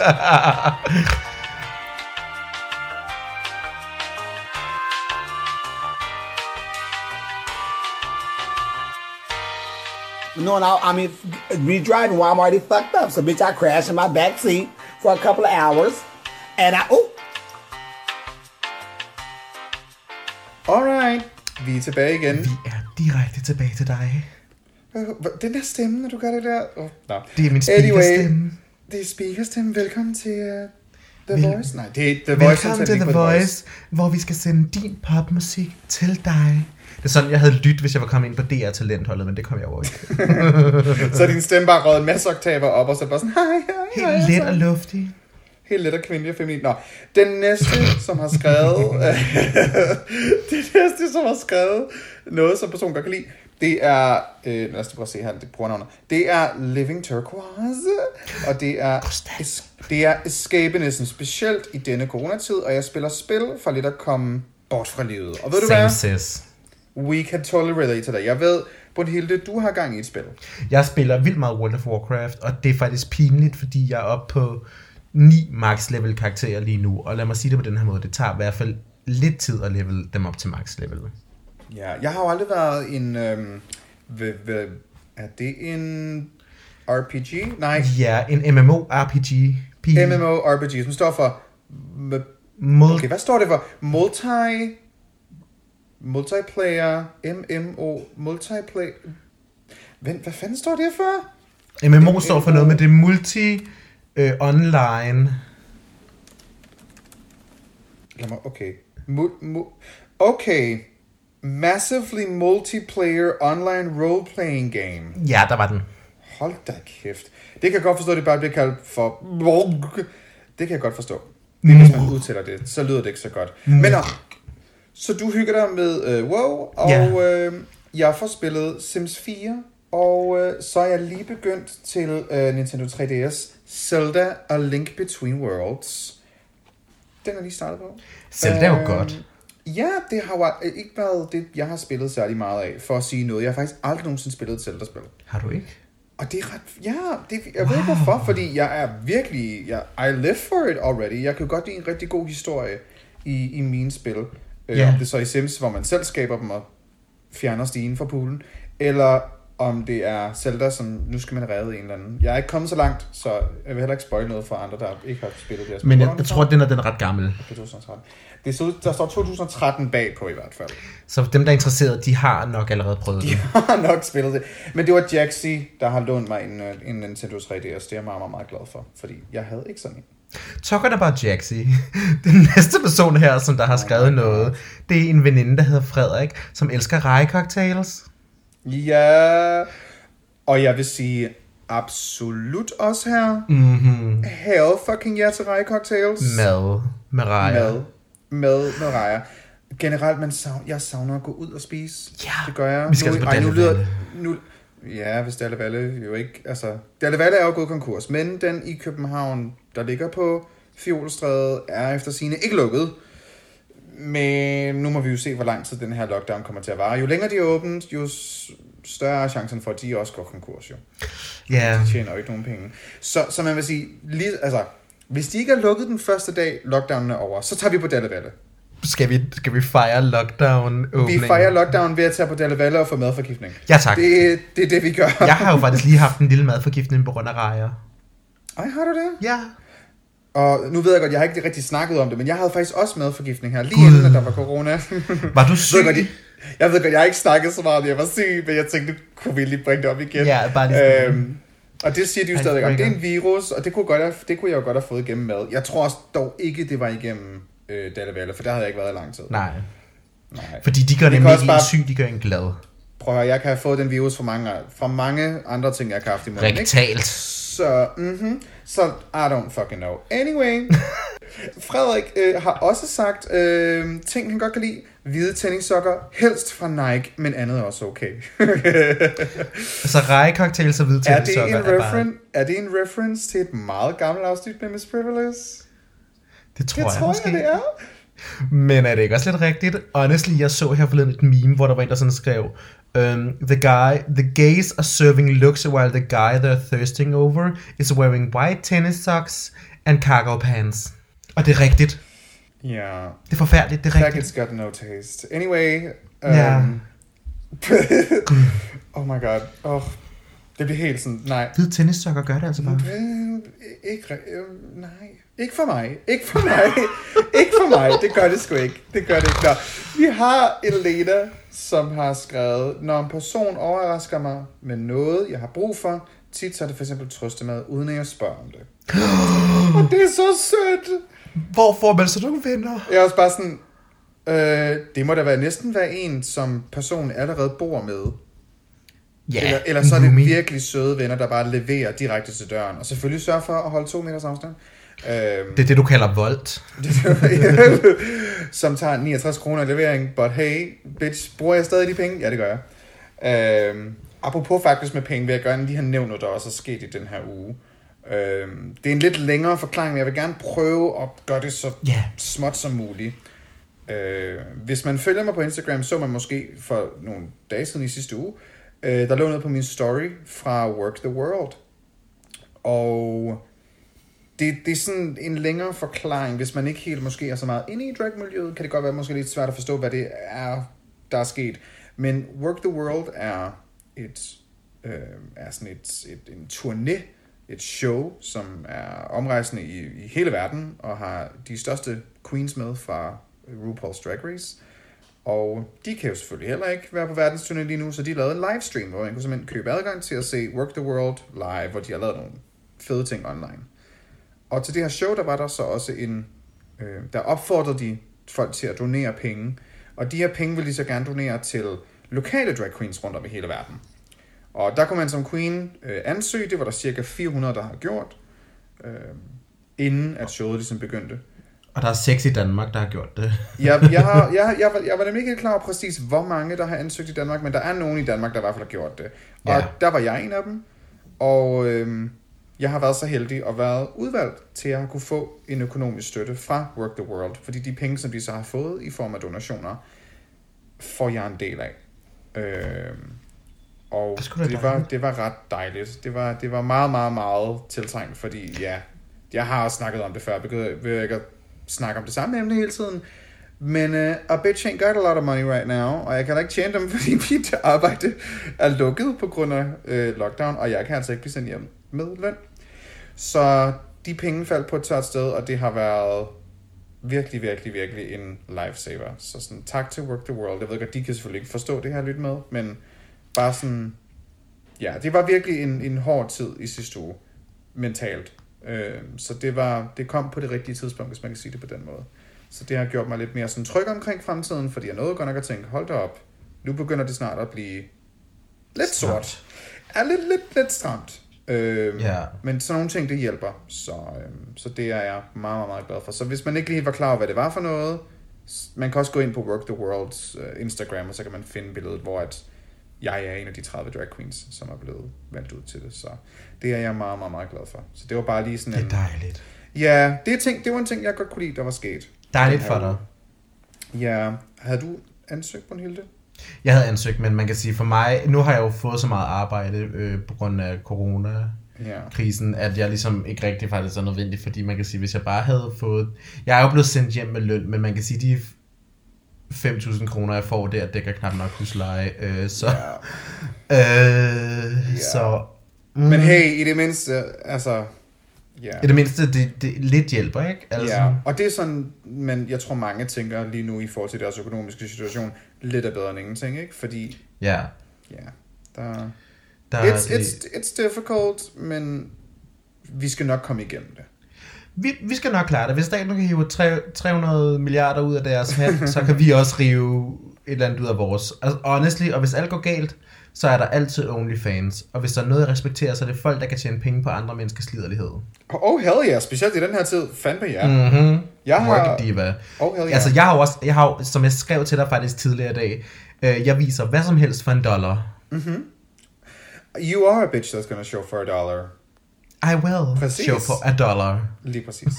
No, no, I mean, re-driving while I'm already fucked up. So, bitch, I crashed in my back seat for a couple of hours. And I, oh. Alright, vi er tilbage igen. Vi er direkte tilbage til dig. Den der stemme, når du gør det der. Oh, no. Det er min speakerstemme. Anyway, det er speakerstemme. Velkommen til uh, The Vel- Voice. Nej, det er The Velkommen Voice. Velkommen til The Voice, Voice, hvor vi skal sende din popmusik til dig. Det er sådan, jeg havde lyttet, hvis jeg var kommet ind på D R Talentholdet, men det kom jeg over ikke. Så din stemme bare røget en masse oktaver op, og så bare sådan, hej, hej, hej. Helt let og luftig. Helt let og kvindelig og feminin. Nå, den næste, som har skrevet, det næste, som har skrevet noget, som personen godt kan lide, det er, øh, lad os prøve at se her, det brugernavnet. Det er Living Turquoise, og det er, es, det er Escapenism, specielt i denne coronatid, og jeg spiller spil for lidt at komme bort fra livet. Og ved du Same hvad? Says. We can totally relate to that. Jeg ved, Brunhilde, du har gang i et spil. Jeg spiller vildt meget World of Warcraft, og det er faktisk pinligt, fordi jeg er oppe på ni max level karakterer lige nu. Og lad mig sige det på den her måde, det tager i hvert fald lidt tid at level dem op til max level. Ja, jeg har jo aldrig været en... Øhm, v- v- er det en R P G? Nej. Ja, en M M O R P G. P- M M O R P G, som står for... Mul- Okay, hvad står det for? Multi... Multiplayer... M M O... Multiplayer... Hvad, hvad fanden står det for? M M O står for noget med det multi øh, online. Lad mig... Okay. Mu- mu- okay. Massively multiplayer online role-playing game. Ja, der var den. Hold da kæft. Det kan jeg godt forstå, at det bare bliver kaldt for... Det kan jeg godt forstå. Det, hvis man udtaler det, så lyder det ikke så godt. Men nå, så du hygger dig med øh, WoW, og Ja. øh, jeg får spillet Sims fire, og øh, så er jeg lige begyndt til øh, Nintendo tre D S, Zelda A Link Between Worlds. Den er lige startet på. Zelda er jo Øh, godt. Ja, det har jo ikke været det, jeg har spillet særlig meget af, for at sige noget. Jeg har faktisk aldrig nogensinde spillet et Zelda-spil. Har du ikke? Og det er ret... Ja, det, jeg wow. ved ikke hvorfor, fordi jeg er virkelig... Jeg, I live for it already. Jeg kan godt lide en rigtig god historie i, i mine spil. Ja. Yeah. Om det er så i Sims, hvor man selv skaber dem og fjerner stigen fra poolen. Eller om det er Zelda, som nu skal man redde en eller anden. Jeg er ikke kommet så langt, så jeg vil heller ikke spoil noget for andre, der ikke har spillet det her spil. Men jeg, jeg tror, at den er, den er ret gammel. Okay, to tusind og tretten. Det så, der står to tusind og tretten bag på i hvert fald. Så dem, der er interesseret, de har nok allerede prøvet det. Jeg har nok spillet det. Men det var Jaxi, der har lånt mig en, en Nintendo tre D S. Det er jeg meget, meget, meget glad for, fordi jeg havde ikke sådan en. Talking about Jaxi. Den næste person her, som der har skrevet noget, det er en veninde, der hedder Frederik, som elsker rejecocktails. Ja, og jeg vil sige absolut også her. Mhm. Hell fucking ja til rejecocktails. Mad med rejer. Mad. Mad med rejer. Generelt, man savner, jeg savner at gå ud og spise. Ja, det gør jeg. vi skal nu, altså på ej, nu Dalle lyder, Valle. nu, ja, hvis Dalle Valle jo ikke... Altså, Dalle Valle er jo gået konkurs, men den i København, der ligger på Fiolstræde, er efter sigende ikke lukket. Men nu må vi jo se, hvor lang tid den her lockdown kommer til at vare. Jo længere de er åbent, jo større er chancen for, at de også går konkurs jo. Ja. De tjener jo ikke nogen penge. Så, så man vil sige, lige, altså, hvis de ikke er lukket den første dag, lockdownen er over, så tager vi på Dalle Valle. Skal vi, skal vi fejre lockdown-åbningen? Vi fejrer lockdown ved at tage på Dalle Valle og få madforgiftning. Ja, tak. Det, det er det, vi gør. Jeg har jo faktisk lige haft en lille madforgiftning på grund af rejer. Ej, har du det? Ja. Og nu ved jeg godt, jeg har ikke rigtig snakket om det, men jeg havde faktisk også madforgiftning her, lige inden at der var corona. Var du syg? Jeg ved godt, jeg, jeg ved godt, jeg har ikke snakket så meget, om jeg var syg, men jeg tænkte, kunne vi lige bringe det op igen. Ja, bare lige øhm, Og det siger de jo stadig om. Det er en virus, og det kunne, godt have, det kunne jeg jo godt have fået igennem mad. Jeg tror også dog ikke, det var igennem øh, Dalle Valle, for der havde jeg ikke været i lang tid. Nej. Nej. Fordi de gør Det nemlig kan ikke også en bare- syg, de gør en glad. Prøv at høre, jeg kan have fået den virus fra mange, fra mange andre ting, jeg kan have haft i munden. ikke? Rektalt. Så, mhm. Så, I don't fucking know. Anyway, Frederik øh, har også sagt øh, ting, han godt kan lide. Hvide tennissokker, helst fra Nike, men andet er også okay. Så rejecocktails og hvide er, det tennissokker en er bare... referen- er det en reference til et meget gammelt afsnit med Miss Privilege? Det tror Det jeg tror måske. jeg, det er. Men er det ikke også lidt rigtigt? Honestly, jeg så her forleden et meme, hvor der var en, der sådan skrev, um, the guy, the gays are serving looks while the guy they're thirsting over is wearing white tennis socks and cargo pants. Og det er rigtigt. Ja. Det er forfærdeligt, det er rigtigt. Faggots got no taste. Anyway. Um, Ja. oh my god. Oh, det bliver helt sådan, nej. Hvide tennissokker gør det altså bare. Øh, ikke, re- øh, nej. Ikke for mig. Ikke for mig. Ikke for mig. Det gør det sgu ikke. Det gør det ikke. Nå. Vi har Elena, som har skrevet, når en person overrasker mig med noget, jeg har brug for, tit så er det for eksempel trøstemad, uden at jeg spørger om det. Og det er så sødt. Hvor får man så nogle venner? Jeg er også bare sådan, øh, det må da være næsten være en, som personen allerede bor med. Ja, Eller, eller så er det roomie. virkelig søde venner, der bare leverer direkte til døren. Og selvfølgelig sørge for at holde to meters afstand. Øhm, Det er det, du kalder voldt. som tager niogtres kroner i levering. But hey, bitch, bruger jeg stadig de penge? Ja, det gør jeg. Øhm, apropos faktisk med penge, vil jeg gerne lige have nævnt noget, der også er sket i den her uge. Øhm, det er en lidt længere forklaring, men jeg vil gerne prøve at gøre det så Ja. småt som muligt. Øh, hvis man følger mig på Instagram, så man måske for nogle dage siden i sidste uge, øh, der lå noget på min story fra Work the World. Og det, det er sådan en længere forklaring. Hvis man ikke helt måske er så meget inde i dragmiljøet, kan det godt være måske lidt svært at forstå, hvad det er, der er sket. Men Work the World er, et, øh, er sådan et, et, en turné, et show, som er omrejsende i, i hele verden, og har de største queens med fra RuPaul's Drag Race. Og de kan jo selvfølgelig heller ikke være på verdensturné lige nu, så de lavede en livestream, hvor man kunne simpelthen købe adgang til at se Work the World live, hvor de har lavet nogle fede ting online. Og til det her show, der var der så også en, øh, der opfordrede de folk til at donere penge, og de her penge ville de så gerne donere til lokale drag queens rundt om i hele verden. Og der kunne man som queen øh, ansøge, det var der cirka fire hundrede, der har gjort, øh, inden at showet ligesom begyndte. Og der er seks i Danmark, der har gjort det. jeg, jeg, har, jeg, jeg, var, jeg var nemlig ikke helt klar over præcis, hvor mange, der har ansøgt i Danmark, men der er nogen i Danmark, der i hvert fald har gjort det. Og ja. Der var jeg en af dem, og øh, jeg har været så heldig og været udvalgt til at kunne få en økonomisk støtte fra Work the World, fordi de penge, som de så har fået i form af donationer, får jeg en del af. Øh, og det, det, var, det var ret dejligt. Det var, det var meget, meget, meget tiltrængt, fordi ja, jeg har også snakket om det før. Jeg vil ikke snakke om det samme emne hele tiden. Men uh, a bitch ain't got a lot of money right now, og jeg kan da ikke tjene dem, fordi mit arbejde er lukket på grund af uh, lockdown, og jeg kan altså ikke blive sendt hjem med løn. Så de penge faldt på et tørt sted, og det har været virkelig, virkelig, virkelig en lifesaver. Så sådan, tak til Work the World. Jeg ved godt, de kan selvfølgelig ikke forstå det her lyt med, men bare sådan, ja, det var virkelig en, en hård tid i sidste uge, mentalt. Øh, så det var, det kom på det rigtige tidspunkt, hvis man kan sige det på den måde. Så det har gjort mig lidt mere sådan tryg omkring fremtiden, fordi jeg nåede godt nok at tænke, hold da op, nu begynder det snart at blive lidt sort. Ja, lidt, lidt, lidt stramt. Øh, yeah. Men sådan nogle ting, det hjælper. Så, øh, så det er jeg meget, meget, meget glad for. Så hvis man ikke lige var klar over, hvad det var for noget, man kan også gå ind på Work the World's uh, Instagram, og så kan man finde billedet, hvor at jeg er en af de tredive drag queens, som er blevet valgt ud til det. Så det er jeg meget, meget, meget glad for. Så det var bare lige sådan en... Det er dejligt. Ja, det, er ting, det var en ting, jeg godt kunne lide, der var sket. Dejligt for dig. Ja, havde du ansøgt, Brunhilde? Jeg havde ansøgt, men man kan sige for mig, nu har jeg jo fået så meget arbejde øh, på grund af corona-krisen, at jeg ligesom ikke rigtig faktisk er nødvendigt, fordi man kan sige, hvis jeg bare havde fået... Jeg er jo blevet sendt hjem med løn, men man kan sige, de fem tusind kroner, jeg får der, dækker knap nok husleje, øh, så... Ja. Øh, ja. så mm. Men hey, i det mindste, altså... Yeah. I det mindste, det, det lidt hjælper, ikke? Altså. Ja, og det er sådan, men jeg tror mange tænker lige nu i forhold til deres økonomiske situation, lidt er bedre end ingenting, ikke? Fordi, ja, ja, der, der it's, det... it's, it's difficult, men vi skal nok komme igennem det. Vi, vi skal nok klare det. Hvis staten kan hive tre hundrede milliarder ud af deres hat, så kan vi også rive et eller andet ud af vores. Altså, honestly, og hvis alt går galt, så er der altid OnlyFans. Og hvis der er noget, jeg respekterer, så er det folk, der kan tjene penge på andre menneskers liderlighed. Oh, hell yeah. Specielt i den her tid. Fandme ja. Mm-hmm. Jeg har... diva. Oh, hell yeah. Altså, jeg har også, jeg har, som jeg skrev til dig faktisk tidligere i dag, øh, jeg viser hvad som helst for en dollar. Mm-hmm. You are a bitch that's gonna show for a dollar. I will præcis. Show for a dollar. Lige præcis.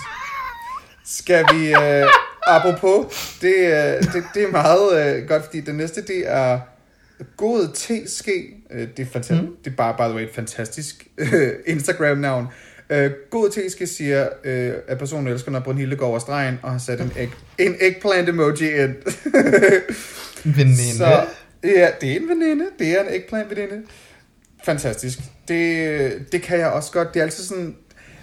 Skal vi... Øh, apropos, det, øh, det, det er meget øh, godt, fordi det næste, det er... God T-ske, det er fantastisk, mm. det er bare, by the way, et fantastisk Instagram-navn. Uh, God T-ske siger, uh, at personen elsker, når Brunhilde går over stregen, og har sat en, egg, en eggplant-emoji ind. Veninde. Så, ja, det er en veninde. Det er en eggplant-veninde. Fantastisk. Det, det kan jeg også godt. Det er altid sådan...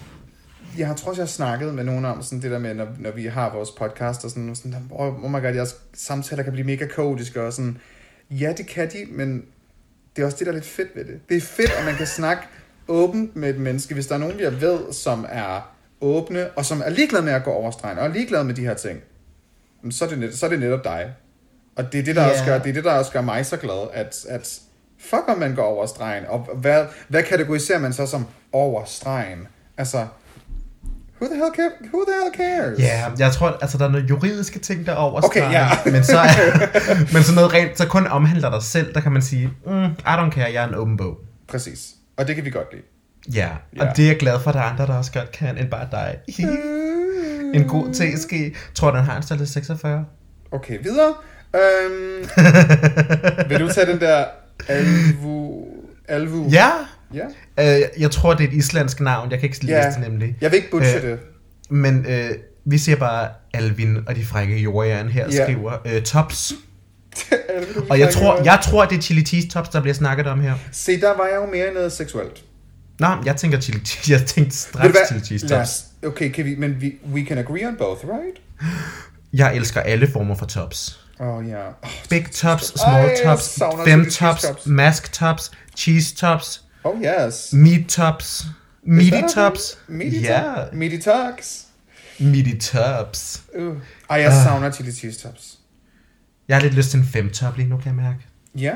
Jeg tror også, jeg har snakket med nogen om sådan det der med, når, når vi har vores podcast, og sådan, sådan oh my god, jeres samtaler kan blive mega kaotiske, og sådan... Ja, det kan de, men det er også det, der er lidt fedt ved det. Det er fedt, at man kan snakke åbent med et menneske, hvis der er nogen, jeg ved, som er åbne, og som er ligeglade med at gå over stregen, og er ligeglade med de her ting. Så er det, net, så er det netop dig. Og det er det, der, yeah. også, gør, det er det, der også gør mig så glad, at, at fuck, om man går over stregen, og hvad, hvad kategoriserer man så som over stregen? Altså... Who the hell care? Who the hell cares? Ja, yeah, jeg tror, altså der er noget juridiske ting der over okay, ja. Yeah. men så er, men så noget rent, så kun omhandler dig selv, der kan man sige, mm, I don't care, jeg er en åben bog. Præcis, og det kan vi godt lide. Ja, yeah. yeah. Og det er jeg glad for, at der er andre, der også godt kan, end bare dig. En god T S G, tror den har en størrelse seksogfyrre? Okay, videre. Øhm, vil du tage den der Alvu... Alvu? Ja. Ja. Øh, jeg tror, det er et islandsk navn. Jeg kan ikke læse Ja. det nemlig. Jeg vil ikke butche Øh, det. Men øh, vi ser bare Alvin og de frække jordjern her Ja. skriver øh, tops. Alvu, Og jeg tror, jeg tror, det er chili cheese tops, der bliver snakket om her. Se, der var jeg jo mere noget seksuelt. Nå, jeg tænker chili cheese. Jeg tænkte Ved du straks hvad? chili cheese Lad tops. os- Okay, kan vi, men vi, we can agree on both, right? Jeg elsker alle former for tops. Åh, oh, ja. Oh, Big tops, Ej, small jeg tops, savner fem chili cheese tops, tops. mask tops, cheese tops, oh yes. meat tops, meaty that a tops. thing? Meaty Ja, top- Meaty talks. meaty tops. Uh. Ej, jeg savner chili cheese tops. Jeg har lidt lyst til en fem top lige nu, kan jeg mærke. Ja.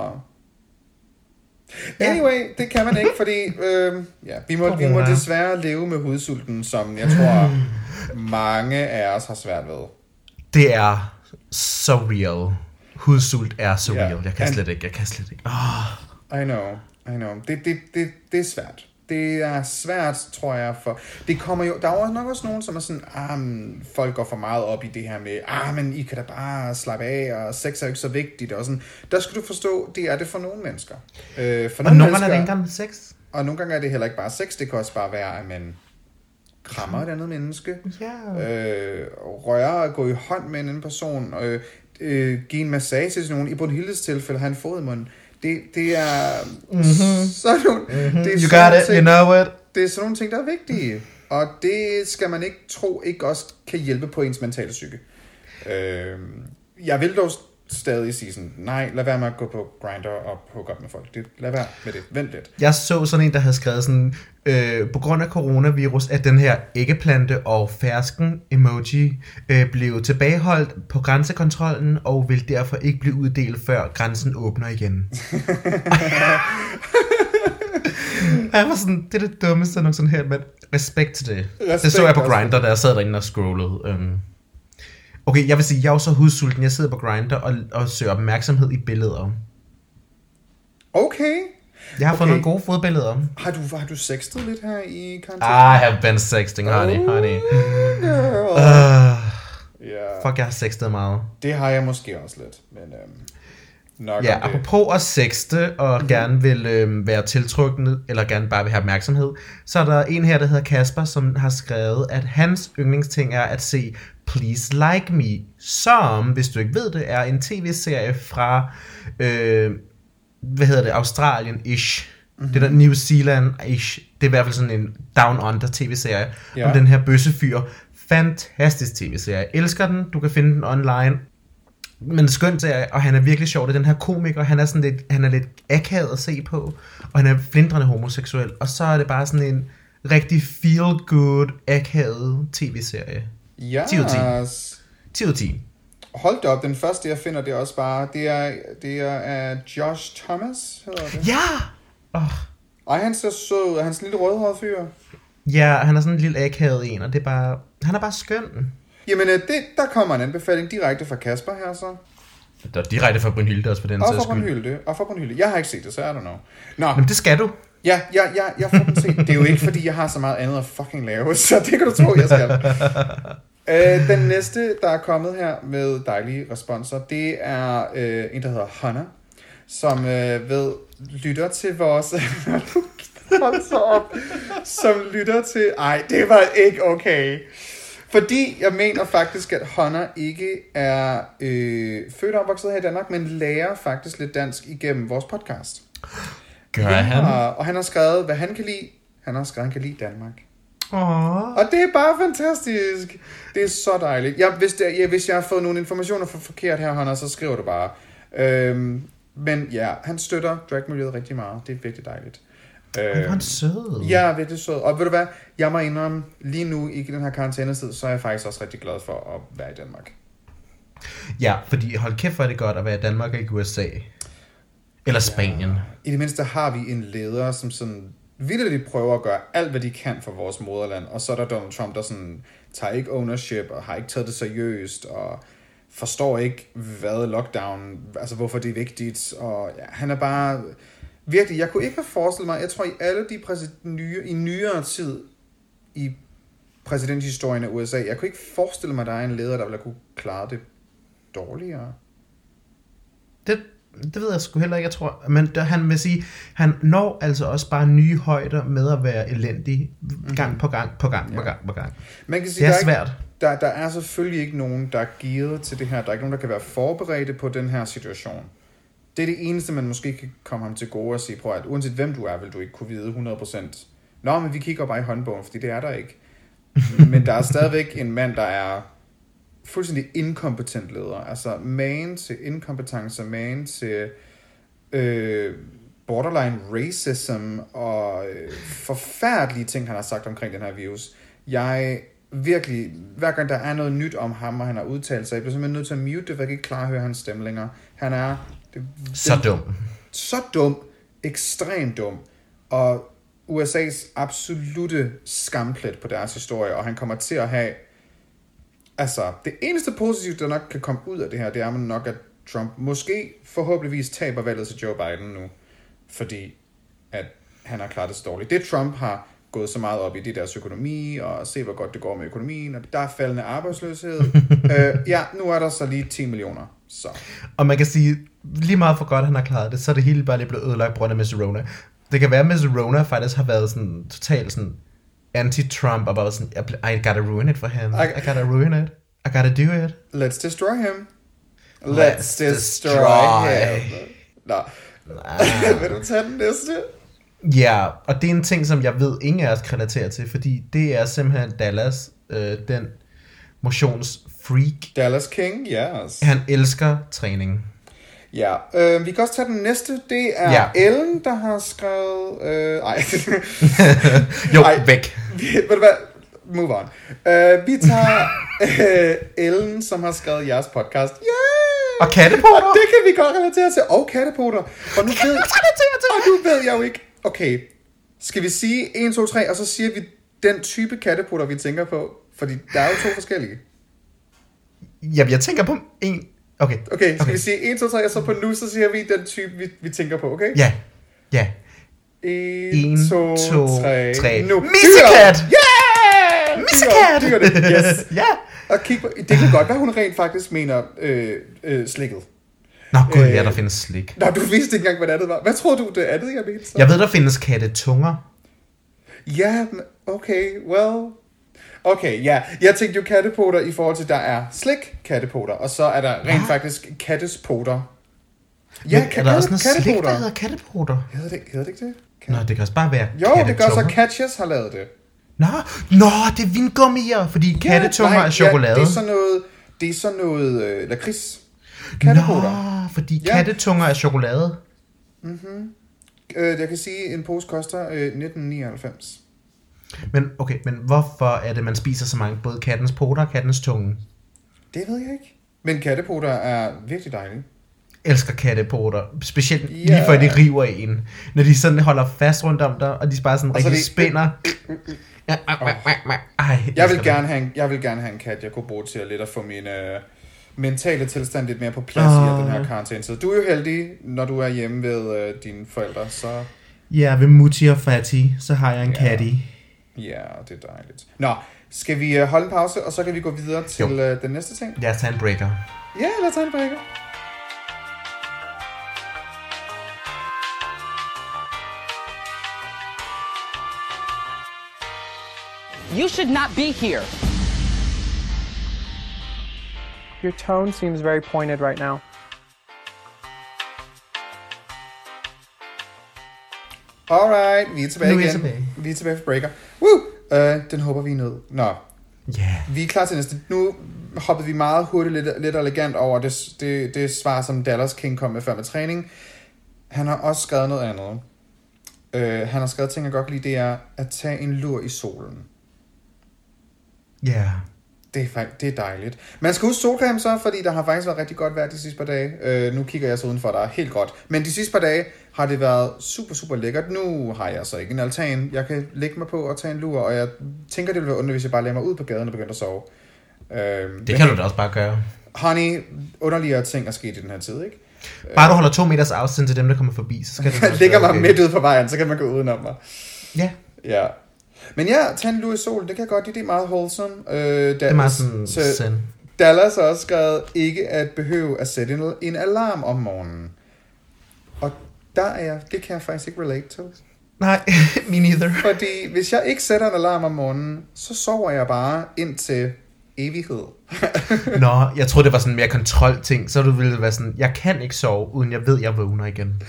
Ja. Anyway, det kan man ikke, fordi øh, ja, vi, må, vi må Corona. desværre leve med hudsulten, som jeg tror, mange af os har svært ved. Det er så real. Hudsult er så Ja. real. Jeg kan And- slet ikke, jeg kan slet ikke. Oh. I know, I know. Det, det, det, det er svært. Det er svært, tror jeg, for... Det kommer jo... Der er jo nok også nogen, som er sådan... Ah, men folk går for meget op i det her med... Ah, men I kan da bare slappe af, og sex er jo ikke så vigtigt, og sådan... Der skal du forstå, det er det for nogle mennesker. Øh, for Og nogle gange er det ikke engang sex. Og nogle gange er det heller ikke bare sex, det kan også bare være, at man krammer et andet menneske. Ja. Øh, røre og gå i hånd med en anden person. Øh, øh, give en massage til nogen. I Brunhildes tilfælde har en fod i munden. Det, det er mm-hmm. sådan nogle, mm-hmm. det er You sådan got it, ting, you know it. det er sådan nogle ting, der er vigtige. Og det skal man ikke tro, ikke også kan hjælpe på ens mentale psyke. Øh, jeg vil dog stadig sige sådan, nej, lad være med at gå på Grindr og hooke op med folk. Det, lad være med det. Vent lidt. Jeg så sådan en, der havde skrevet sådan, øh, på grund af coronavirus, at den her æggeplante og fersken emoji øh, blev tilbageholdt på grænsekontrollen, og vil derfor ikke blive uddelt, før grænsen åbner igen. Jeg var sådan, det er det dummeste nok sådan her, men respekt til det. Respekt det så jeg på også. Grindr, da jeg sad derinde og scrollede. Um. Okay, jeg vil sige, jeg er jo så hudsulten. Jeg sidder på Grindr og, og søger opmærksomhed i billeder. Okay. Jeg har Okay. fået nogle gode fodbilleder. Har du, har du sextet lidt her i karantæne? I have been sexting, honey, honey. Girl. Uh, Ja, fuck, jeg har sextet meget. det har jeg måske også lidt, men øhm, nok Ja, om det. apropos at sexte og mm-hmm. gerne vil øh, være tiltrykkende, eller gerne bare vil have opmærksomhed, så er der en her, der hedder Kasper, som har skrevet, at hans yndlingsting er at se Please Like Me, som, hvis du ikke ved det, er en tv-serie fra, øh, hvad hedder det, Australien-ish. Mm-hmm. Det der New Zealand-ish. Det er i hvert fald sådan en Down Under tv-serie Ja. om den her bøssefyr. Fantastisk tv-serie. Jeg elsker den. Du kan finde den online. Men skønt serie, og han er virkelig sjov. Det er den her komiker, han er sådan lidt, han er lidt akavet at se på, og han er flindrende homoseksuel. Og så er det bare sådan en rigtig feel-good, akavet tv-serie. Yes. ti ud af ti. ti ud af ti. Hold da op, den første jeg finder, det er også bare, det er, det er uh, Josh Thomas, hedder det. Ja! Oh. Ej, han ser sød ud, han er sådan en lille rødhåret fyr. Ja, han er sådan en lille akavet en, og det er bare, han er bare skøn. Jamen, øh, det, der kommer en anbefaling direkte fra Kasper her så. Der er direkte fra Brynhilde også på den Og sags fra skyld. Brunhilde, og fra Brunhilde. Jeg har ikke set det, så I don't know. Nå, Men det skal du. ja, ja, ja, jeg får den set. Det er jo ikke, fordi jeg har så meget andet at fucking lave, så det kan du tro, jeg skal. øh, den næste, der er kommet her med dejlige responser, det er øh, en, der hedder Hannah, som øh, ved, lytter til vores... Hold så op. Som lytter til... Ej, det var ikke okay. Fordi jeg mener faktisk, at Hannah ikke er øh, født og opvokset her i Danmark, men lærer faktisk lidt dansk igennem vores podcast. Gør han? Og, og han har skrevet, hvad han kan lide. Han har skrevet, han kan lide Danmark. Åh. Og det er bare fantastisk. Det er så dejligt. Jeg, hvis, det, ja, hvis jeg har fået nogle informationer for forkert her, Hannah, så skriver du bare. Øhm, men ja, han støtter dragmiljøet rigtig meget. Det er virkelig dejligt. Han var sød. Ja, virkelig sød. Og ved du hvad, jeg må indrømme, lige nu i den her karantænetid, så er jeg faktisk også rigtig glad for at være i Danmark. Ja, fordi hold kæft, hvor er det godt at være i Danmark og ikke U S A. Eller Spanien. I det mindste har vi en leder, som sådan vildt prøver at gøre alt, hvad de kan for vores moderland. Og så er der Donald Trump, der sådan tager ikke ownership og har ikke taget det seriøst og forstår ikke, hvad lockdown, altså hvorfor det er vigtigt. Og ja, han er bare... Virkelig, jeg kunne ikke have forestillet mig, jeg tror i alle de præsid- nye, i nyere tid i præsidenthistorien af U S A, jeg kunne ikke forestille mig, at der er en leder, der ville have kunne klare det dårligere? Det, det ved jeg sgu heller ikke, jeg tror. Men der, han vil sige, han når altså også bare nye højder med at være elendig gang på gang på gang på Ja. gang på gang. Man kan sige, Det er der svært. Ikke, der, der er selvfølgelig ikke nogen, der er gearet til det her. Der er ikke nogen, der kan være forberedte på den her situation. Det er det eneste, man måske kan komme ham til gode og sige, prøv at uanset hvem du er, vil du ikke kunne vide hundrede procent. Nå, men vi kigger bare i håndbogen, fordi det er der ikke. Men der er stadigvæk en mand, der er fuldstændig inkompetent leder. Altså man til inkompetence, man til øh, borderline racism og øh, forfærdelige ting, han har sagt omkring den her virus. Jeg virkelig, hver gang der er noget nyt om ham, og han har udtalt sig, jeg bliver simpelthen nødt til at mute det, for jeg kan ikke klare at høre hans stemme længere. Han er det, Så den, dum. så dum, ekstremt dum, og U S A's absolute skamplet på deres historie, og han kommer til at have, altså, det eneste positive, der nok kan komme ud af det her, det er man nok, at Trump måske forhåbentligvis taber valget til Joe Biden nu, fordi at han har klaret det så dårligt. Det Trump har gået så meget op i, det deres økonomi, og se hvor godt det går med økonomien, og der er faldende arbejdsløshed. øh, ja, nu er der så lige ti millioner, så. Og man kan sige, lige meget for godt han har klaret det, så er det hele bare lige blevet ødelagt på grund af Miss Rona. Det kan være, at Miss Rona faktisk har været sådan totalt sådan anti-Trump, og bare sådan, I gotta ruin it for him. I, I gotta ruin it. I gotta do it. Let's destroy him. Let's, Let's destroy, destroy. him. Nå. Vil du tage den næste? Ja, og det er en ting, som jeg ved, ingen af os kan relatere til, fordi det er simpelthen Dallas, øh, den motionsfreak. Dallas King, yes. Han elsker træning. Ja, øh, vi kan også tage den næste. Det er Ja. Ellen, der har skrevet... Øh, ej. Jo, Ej. væk. Vi, ved du hvad? Move on. Øh, vi tager øh, Ellen, som har skrevet jeres podcast. Yeah! Og kattepoter. Og det kan vi godt relatere til. Og kattepoter. Og nu ved, og nu ved jeg jo ikke... Okay, skal vi sige en, to, tre, og så siger vi den type kattepoter, vi tænker på? Fordi der er jo to forskellige. Jamen, jeg tænker på en... Okay. Okay, skal okay. vi sige en, to, tre, og så på nu, så siger vi den type, vi, vi tænker på, okay? Ja, ja. En, En, to, to, tre, tre. nu. Missekat! Yeah! Missekat! Dyr, dyr det, yes. Ja. Og kig på, det kan godt være, hun rent faktisk mener øh, øh, slikket. Nå gud, Øh, ja, der findes slik. Nå, du vidste ikke engang, hvad det andet var. Hvad tror du, det andet, jeg mente så? Jeg ved, der findes kattetunger. Ja, men okay, well... Okay, ja. Jeg tænkte jo kattepoter i forhold til, der er slik kattepoter, og så er der rent Hvad? faktisk kattespoter. Ja, er der også noget slik, der hedder kattepoter? Hedder det, hedder det ikke det? Nå, det kan også bare være Jo, det gør så, kattetunger. Catches har lavet det. Nå, nå, det er vingummier, fordi kattetunger nej, er chokolade. Ja, det er sådan noget, det er sådan noget øh, lakrids. Kattepoter. Nå, fordi Ja. kattetunger er chokolade. Øh, jeg kan sige, at en pose koster øh, nitten nioghalvfems. Men okay, men hvorfor er det, man spiser så mange, både kattens poter og kattens tunge? Det ved jeg ikke. Men kattepoter er virkelig dejlige. Elsker kattepoter, specielt Ja. lige før de river en. Når de sådan holder fast rundt om dig, og de bare sådan Og så rigtig de- spænder. Ja, ej, ej, ej, ej. Ej, Jeg vil, elsker gerne have en, jeg vil gerne have en kat, jeg kunne bruge til at lidt at få min øh, mentale tilstand lidt mere på plads oh. i den her karantæne. Så du er jo heldig, når du er hjemme ved øh, dine forældre, så det. Ja, ved Mutti og Fatti, så har jeg en Ja. katte. ja, det er dejligt. Nå, skal vi øh, holde en pause, og så kan vi gå videre til øh, den næste ting? Lad os tage en breaker. Ja, lad os tage en breaker. You should not be here. Your tone seems very pointed right now. Alright, vi er tilbage Nu er jeg igen. tilbage. Vi er tilbage for breaker. Woo! Øh, den håber vi er ned. Nå, Ja. Yeah. vi er klar til næste. Nu hoppede vi meget hurtigt, lidt, lidt elegant over det, det, det svar, som Dallas King kom med før med træning. Han har også skrevet noget andet. Øh, han har skrevet ting, jeg godt kan lide, det er at tage en lur i solen. Ja. Yeah. Det er, faktisk, det er dejligt. Man skal huske solcreme så, fordi der har faktisk været rigtig godt vejr de sidste par dage. Øh, nu kigger jeg så udenfor, der er helt godt. Men de sidste par dage har det været super, super lækkert. Nu har jeg så ikke en altan. Jeg kan lægge mig på og tage en lur, og jeg tænker, det ville være underligt, hvis jeg bare lægger mig ud på gaden og begynder at sove. Øh, Det kan du da også bare gøre. Honey, underligere ting er sket i den her tid, ikke? Bare du holder to meters afstand til dem, der kommer forbi, så skal det Jeg ligger mig midt ude på vejen, så kan man gå udenom mig. Ja, Ja. Men ja, tag en lur i solen, det kan jeg godt lide, det er meget wholesome. Øh, det er meget sådan så, send. Dallas har også skrevet, ikke at behøve at sætte en, en alarm om morgenen. Og der er jeg, det kan jeg faktisk ikke relate til. Nej, me neither. Fordi hvis jeg ikke sætter en alarm om morgenen, så sover jeg bare indtil evighed. Nå, jeg troede, det var sådan en mere kontrolting. Så du ville være sådan, jeg kan ikke sove, uden jeg ved, jeg vågner igen.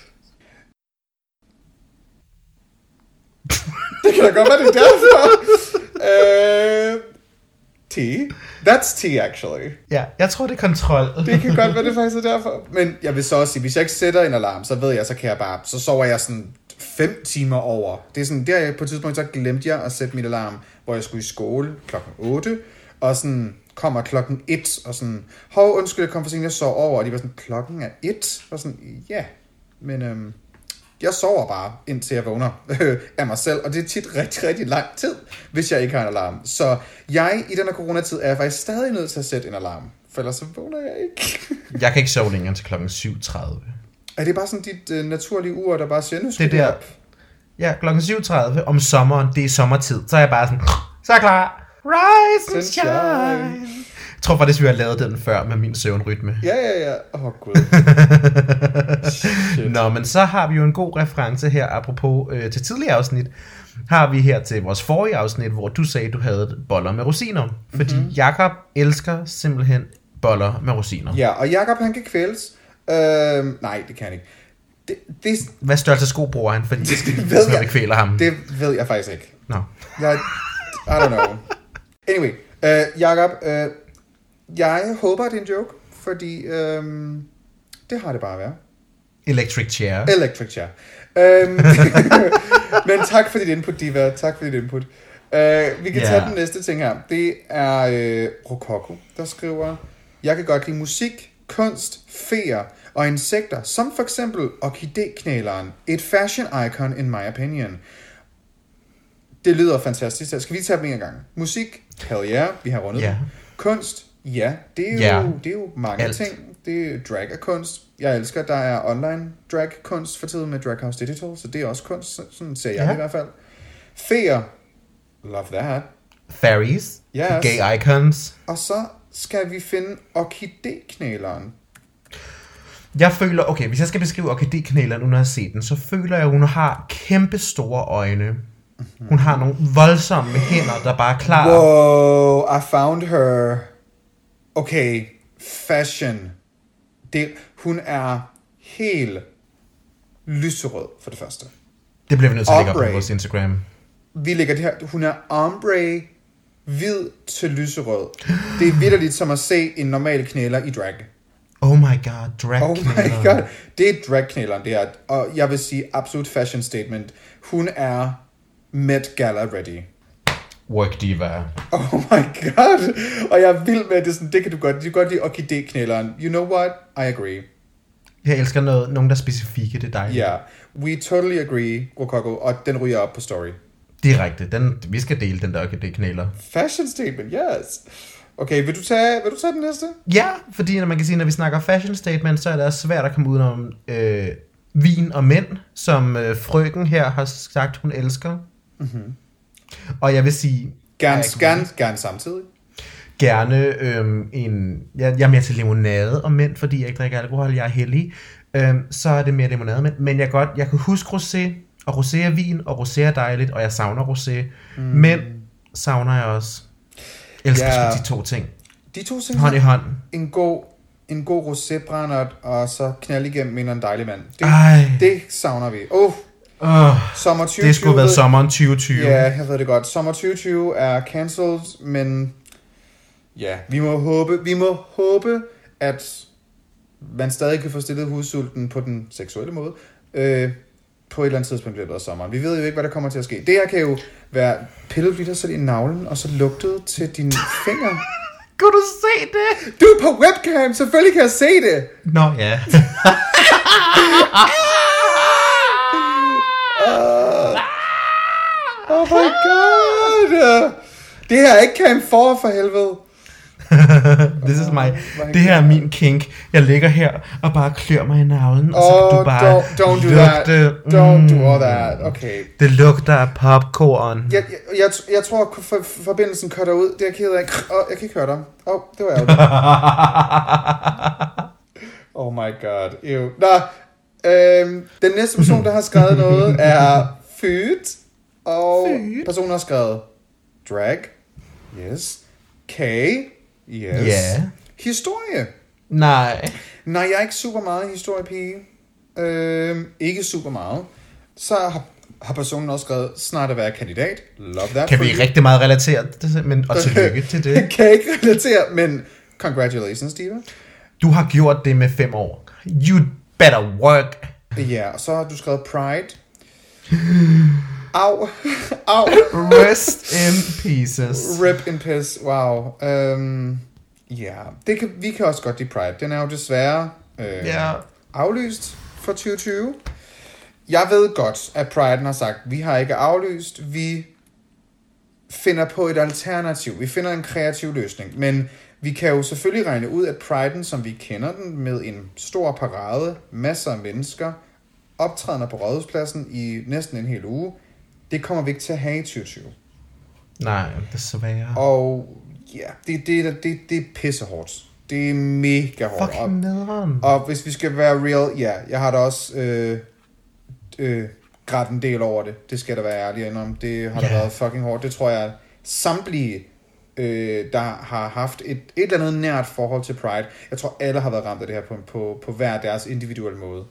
Det kan da godt være, det er derfor. uh, tea. That's tea, actually. Ja, jeg tror, det er kontrol. Det kan godt være, det faktisk er derfor. Men jeg vil så også sige, hvis jeg ikke sætter en alarm, så ved jeg, så kan jeg bare, så sover jeg sådan fem timer over. Det er sådan, der på et tidspunkt, så glemte jeg at sætte min alarm, hvor jeg skulle i skole klokken otte, og sådan kommer klokken et, og sådan, hov, undskyld, jeg kom for sent, jeg sov over, og de var sådan, klokken er et, og sådan, ja, men øhm, jeg sover bare, indtil jeg vågner af mig selv, og det er tit rigtig, rigtig lang tid, hvis jeg ikke har en alarm. Så jeg, i den her coronatid, er jeg faktisk stadig nødt til at sætte en alarm, for ellers så vågner jeg ikke. Jeg kan ikke sove længere til klokken syv tredive. Er det bare sådan dit uh, naturlige ur, der bare siger, nu skal det der, op? Ja, klokken syv tredive om sommeren, det er sommertid, så er jeg bare sådan, så er jeg klar. Rise and shine. Jeg tror faktisk, vi har lavet den før med min søvnrytme. Ja, ja, ja. Åh, oh, gud. Nå, men så har vi jo en god reference her, apropos øh, til tidligere afsnit, har vi her til vores forrige afsnit, hvor du sagde, du havde boller med rosiner. Fordi mm-hmm. Jakob elsker simpelthen boller med rosiner. Ja, og Jakob han kan kvæles. Øh, nej, det kan han ikke. Det, det... Hvad størrelse sko bruger han, fordi det skal ved jeg, vi kvæler ham? Det ved jeg faktisk ikke. Nå. Jeg, I don't know. Anyway, uh, Jakob, uh, jeg håber, det er en joke, fordi um, det har det bare været. Electric chair. Electric chair. Um, men tak for dit input, Diva. Tak for dit input. Uh, vi kan yeah. tage den næste ting her. Det er uh, Rokoko, der skriver, jeg kan godt lide musik, kunst, feer og insekter, som for eksempel orkidéknæleren. Et fashion icon in my opinion. Det lyder fantastisk. Skal vi tage dem en gang? Musik, hell yeah, vi har rundet. Yeah. Kunst, ja, det er jo, yeah. det er jo mange Alt. ting. Det er drag er kunst. Jeg elsker, at der er online drag kunst for tiden med Drag House Digital, så det er også kunst, sådan ser jeg yeah. det i hvert fald. Feer, love that. Fairies, yes. gay icons. Og så skal vi finde orkidéknæleren. Jeg føler, okay, hvis jeg skal beskrive orkidéknæleren, uden at have set den, så føler jeg, at hun har kæmpe store øjne. Mm-hmm. Hun har nogle voldsomme hænder, der bare er klar. Wow, I found her. Okay, fashion. Det, hun er helt lyserød for det første. Det bliver vi nødt til at lægge op ombre. på vores Instagram. Vi lægger det her. Hun er ombre, hvid til lyserød. Det er vitterligt som at se en normal knæler i drag. Oh my god, drag Oh my god, det er dragknæleren, det er. Og jeg vil sige absolut fashion statement. Hun er Met Gala ready. Work diva. Oh my god. Og jeg er vild med det, sådan, det kan du godt. Du kan godt lide orkidéknæleren. You know what? I agree. Jeg elsker noget, nogen, der er specifikke, det er dejligt. Ja, yeah. We totally agree, Rokoko, og den ryger op på story. Direkte, den, vi skal dele den der orkidéknæler. Fashion statement, yes. Okay, vil du tage, vil du tage den næste? Ja, fordi når man kan sige, når vi snakker fashion statement, så er det også svært at komme udenom øh, vin og mænd, som øh, frøken her har sagt, hun elsker. Mm-hmm. Og jeg vil sige... Gerne, gerne, gerne samtidig. Gerne øh, en... Jeg, jeg er mere til limonade og mænd, fordi jeg ikke drikker alkohol, jeg er heldig. Øh, så er det mere limonade mænd. Men jeg, godt, jeg kan huske rosé, og rosé er vin, og rosé er dejligt, og jeg savner rosé. Mm. Men savner jeg også. Jeg elsker yeah. de to ting. De to ting. Hånd i hånd. En god, en god rosébrændert, og så knald igennem en dejlig mand. Det, det savner vi. Oh. Oh, Sommer tyve tyve. Det skulle være sommeren tyve tyve. Ja, jeg ved det godt. Sommer tyve tyve er cancelled, men ja, vi må håbe, vi må håbe, at man stadig kan få stillet hudsulten på den seksuelle måde. Øh, på et eller andet tidspunkt bliver det sommeren. Vi ved jo ikke, hvad der kommer til at ske. Det her kan jo være pillet lidt så i navlen, og så lugtet til dine fingre. Kunne du se det? Du er på webcam, selvfølgelig kan jeg se det. Nå, ja. uh, oh my god. Det her er ikke cam for for helvede. This is my, det her er min kink. Jeg ligger her og bare klør mig i navlen, og så oh, kan du bare don't, don't do lugte, that. Don't do all that. Okay. Det lugter af popcorn. Jeg, jeg, jeg, jeg tror, for, for, forbindelsen cutter ud. Det er jeg ked af. Oh, jeg kan ikke høre dig. Åh, oh, det var ærgerligt. Oh my god. Ew. Nå, øhm, den næste person, der har skrevet noget, er Fyt. Og Fyt. Personen har skrevet drag. Yes. K. Yes. Yeah. Historie. Nej. Nej, jeg er ikke super meget historiepige. Øhm, ikke super meget. Så har, har personen også skrevet snart at være kandidat. Love that. Kan vi you. rigtig meget relatere det, men, og tillykke til det. Kan ikke relatere, men congratulations, Diva. Du har gjort det med fem år. You better work. Ja, og så har du skrevet Pride. Au. Au. Rest in pieces. Rip in piss. Wow. Um, ja, det kan, vi kan også godt lide Pride. Den er jo desværre øh, yeah. aflyst for tyve tyve. Jeg ved godt, at Pride har sagt, vi har ikke aflyst, vi finder på et alternativ. Vi finder en kreativ løsning. Men vi kan jo selvfølgelig regne ud, at Pride'en, som vi kender den, med en stor parade, masser af mennesker, optrædende på Rådhuspladsen i næsten en hel uge, det kommer vi ikke til at have i tyve tyve. Nej, desværre. Og ja, det, det, det, det er pissehårdt. Det er mega hårdt. Fucking nederen. Og hvis vi skal være real, ja, jeg har da også øh, øh, grædt en del over det. Det skal da være ærlig indrømme. Det har da yeah. været fucking hårdt. Det tror jeg, samtlige, øh, der har haft et, et eller andet nært forhold til Pride, jeg tror alle har været ramt af det her på, på, på hver deres individuelle måde.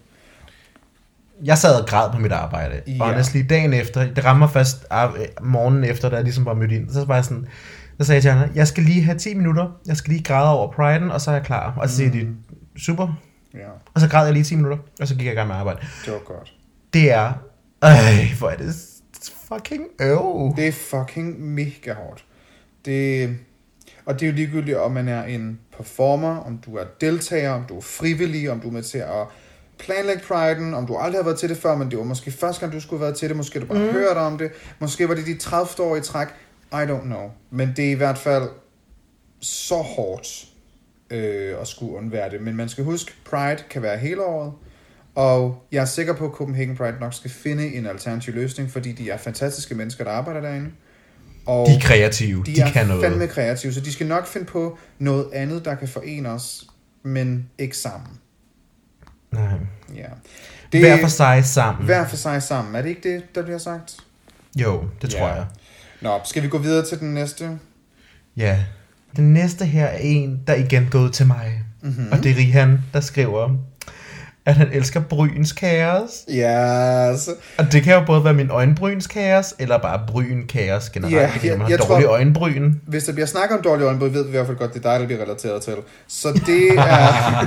Jeg sad og græd på mit arbejde. Ja. Honestly, dagen efter, det rammer først morgenen efter, da jeg ligesom var mødt ind. Så var jeg sådan, så sagde jeg til hende, jeg skal lige have ti minutter, jeg skal lige græde over Pride'en, og så er jeg klar. Og så siger de, super. Ja. Og så græd jeg lige ti minutter, og så gik jeg i gang med arbejde. Det var godt. Det er, øh, hvor er det fucking øv. Det er fucking mega hårdt. Det, og det er jo ligegyldigt, om man er en performer, om du er deltager, om du er frivillig, om du er med til at planlægge Pride'en, om du aldrig har været til det før, men det var måske første gang, du skulle have været til det, måske du bare mm. hørt om det, måske var det dit tredivte år i træk, I don't know. Men det er i hvert fald så hårdt øh, at skulle undvære det. Men man skal huske, Pride kan være hele året, og jeg er sikker på, at Copenhagen Pride nok skal finde en alternativ løsning, fordi de er fantastiske mennesker, der arbejder derinde. Og de er kreative, de, de er kan noget. fandme kreative, så de skal nok finde på noget andet, der kan forene os, men ikke sammen. Nej. Ja. Det, hver for sig sammen. Hver for sig sammen. Er det ikke det, der bliver sagt? Jo, det ja. tror jeg. Nå, skal vi gå videre til den næste? Ja. Den næste her er en, der igen går ud til mig. Mm-hmm. Og det er Rihan, der skriver, at han elsker bryns kaos. Yes. Og det kan jo både være min øjenbryns kaos, eller bare bryn kaos generelt. Ja, fordi jeg, man jeg har dårlige tror, øjenbryn. Hvis der bliver snakket om dårlige øjenbryn, ved vi i hvert fald godt, det er dig, der bliver relateret til. Så det er...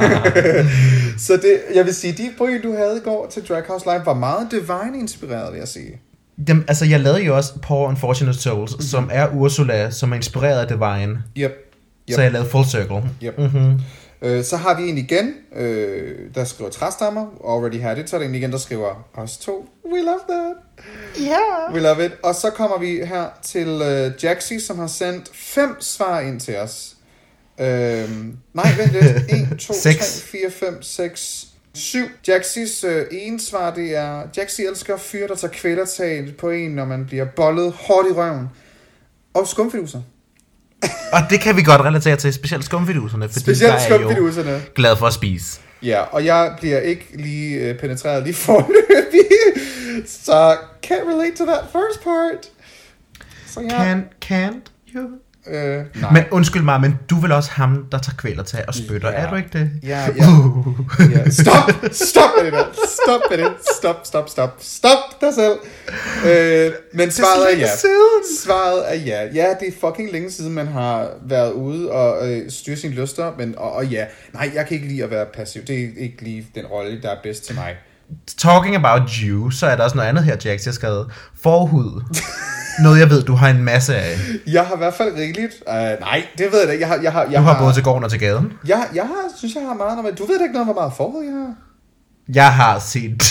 så det, jeg vil sige, de bryn, du havde i går til Drag House Live, var meget Divine-inspireret, vil jeg sige. Jamen, altså, jeg lavede jo også Poor Unfortunate Souls, mm-hmm. som er Ursula, som er inspireret af Divine. Yep. yep. Så jeg lavede Full Circle. Yep. Mm-hmm. Øh, så har vi en igen, øh, der skriver træstammer, Already Had It, så er der en igen, der skriver os to. We love that. Yeah. We love it. Og så kommer vi her til øh, Jaxi, som har sendt fem svar ind til os. Øh, nej, vent lidt. en, to, tre, fire, fem, seks, syv. Jaxis øh, ene svar, det er, Jaxi elsker fyre, der tager kvælertag på en, når man bliver bollet hårdt i røven. Og skumfiduser. Og det kan vi godt relatere til, specielt skumfiduserne, fordi specielt der er skumfiduserne. jo glad for at spise. Ja, og jeg bliver ikke lige øh, penetreret lige forløbig, så can't relate to that first part. Så ja. Can, can't you? Øh, nej. Men undskyld mig, men du er vel også ham, der tager kvælertag og spytter, ja. Er du ikke det? Ja, ja. Uh. ja. Stop! Stop med det der! Stop med det! Stop, stop, stop! Stop dig selv! Øh, men svaret er, er ja. Siden. Svaret er ja. Ja, det er fucking længe siden, man har været ude og øh, styre sine lyster, men og, og ja. Nej, jeg kan ikke lide at være passiv. Det er ikke lige den rolle, der er bedst til mig. Talking about you, så er der også noget andet her, Jax, jeg har skrevet. Forhud. Noget, jeg ved, du har en masse af. Jeg har i hvert fald rigeligt. Uh, nej, det ved jeg ikke. Jeg har, jeg har, jeg du har, har både til gården og til gaden. Jeg, jeg har, synes, jeg har meget. Du ved ikke noget, hvor meget forhud jeg har. Jeg har set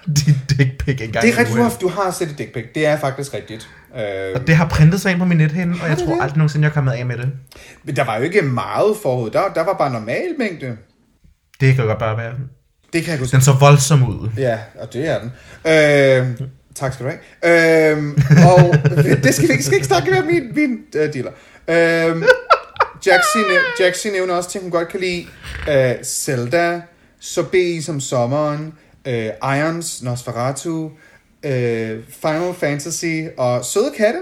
dit dick pic en gang. Det er rigtigt, du har, du har set et dick pic. Det er faktisk rigtigt. Øh, og det har printet sig ind på min nethinde, og jeg tror det? aldrig nogensinde, jeg er kommet af med det. Men der var jo ikke meget forud. Der, der var bare normal mængde. Det kan godt bare være. Det kan jeg kunne Den så voldsom ud. Ja, og det er den. Øh, tak skal du have. Øh, og det skal vi ikke, skal ikke snakke med min, min uh, dealer. Øh, Jaxi, Jaxi nævner også ting, hun godt kan lide. Uh, Zelda, Sorbet som sommeren, uh, Irons, Nosferatu, uh, Final Fantasy og Søde Katte.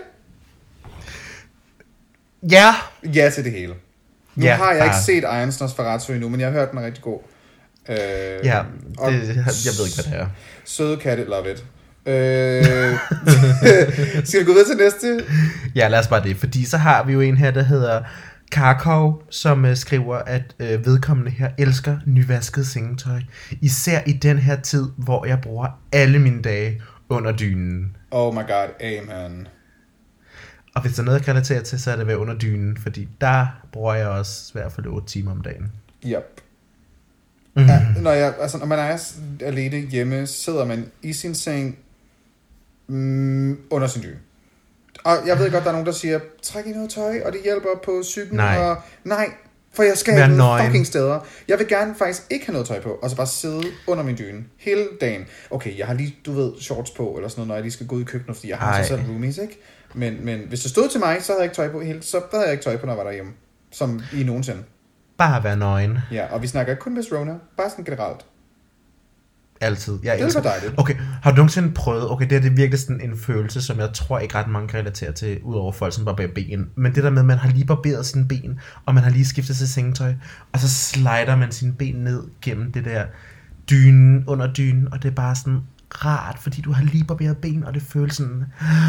Ja. Ja til det hele. Nu ja, har jeg ikke bare. set Irons Nosferatu endnu, men jeg har hørt den er rigtig god. Uh, ja, det, jeg ved ikke, hvad det er. Søde Katte, love it. Øh, skal vi gå videre til næste? Ja, lad os bare det. Fordi så har vi jo en her, der hedder Karkov, som uh, skriver, at uh, vedkommende her elsker nyvasket sengetøj. Især i den her tid, hvor jeg bruger alle mine dage under dynen. Oh my god, amen. Og hvis der er noget, jeg kan relatere til, så er det ved under dynen. Fordi der bruger jeg også i hvert fald otte timer om dagen. Yep. Mm. Ja, når, jeg, altså, når man er alene hjemme, sidder man i sin seng mm, under sin dyne. Og jeg ved godt, der er nogen, der siger, træk i noget tøj, og det hjælper på psyken. Nej. Og, nej, for jeg skal have nogle fucking steder. Jeg vil gerne faktisk ikke have noget tøj på, og så bare sidde under min dyne hele dagen. Okay, jeg har lige, du ved, shorts på, eller sådan noget, når jeg lige skal gå ud i køkkenet, fordi jeg har så selv roomies, ikke? Men, men hvis det stod til mig, så havde jeg ikke tøj på helt, så havde jeg ikke tøj på, når jeg var derhjemme. Som i nogensinde. Bare være nøgen. Ja, og vi snakker ikke kun med Rona, bare sådan generelt. Altid. Jeg det er så dejligt. Okay, har du nogensinde prøvet, okay, det er det virkelig sådan en følelse, som jeg tror ikke ret mange kan relatere til, udover folk, som barberer ben. Men det der med, at man har lige barberet sine ben, og man har lige skiftet til sengetøj, og så slider man sine ben ned gennem det der dynen, under dynen, og det er bare sådan rart, fordi du har lige barberet ben, og det føles sådan,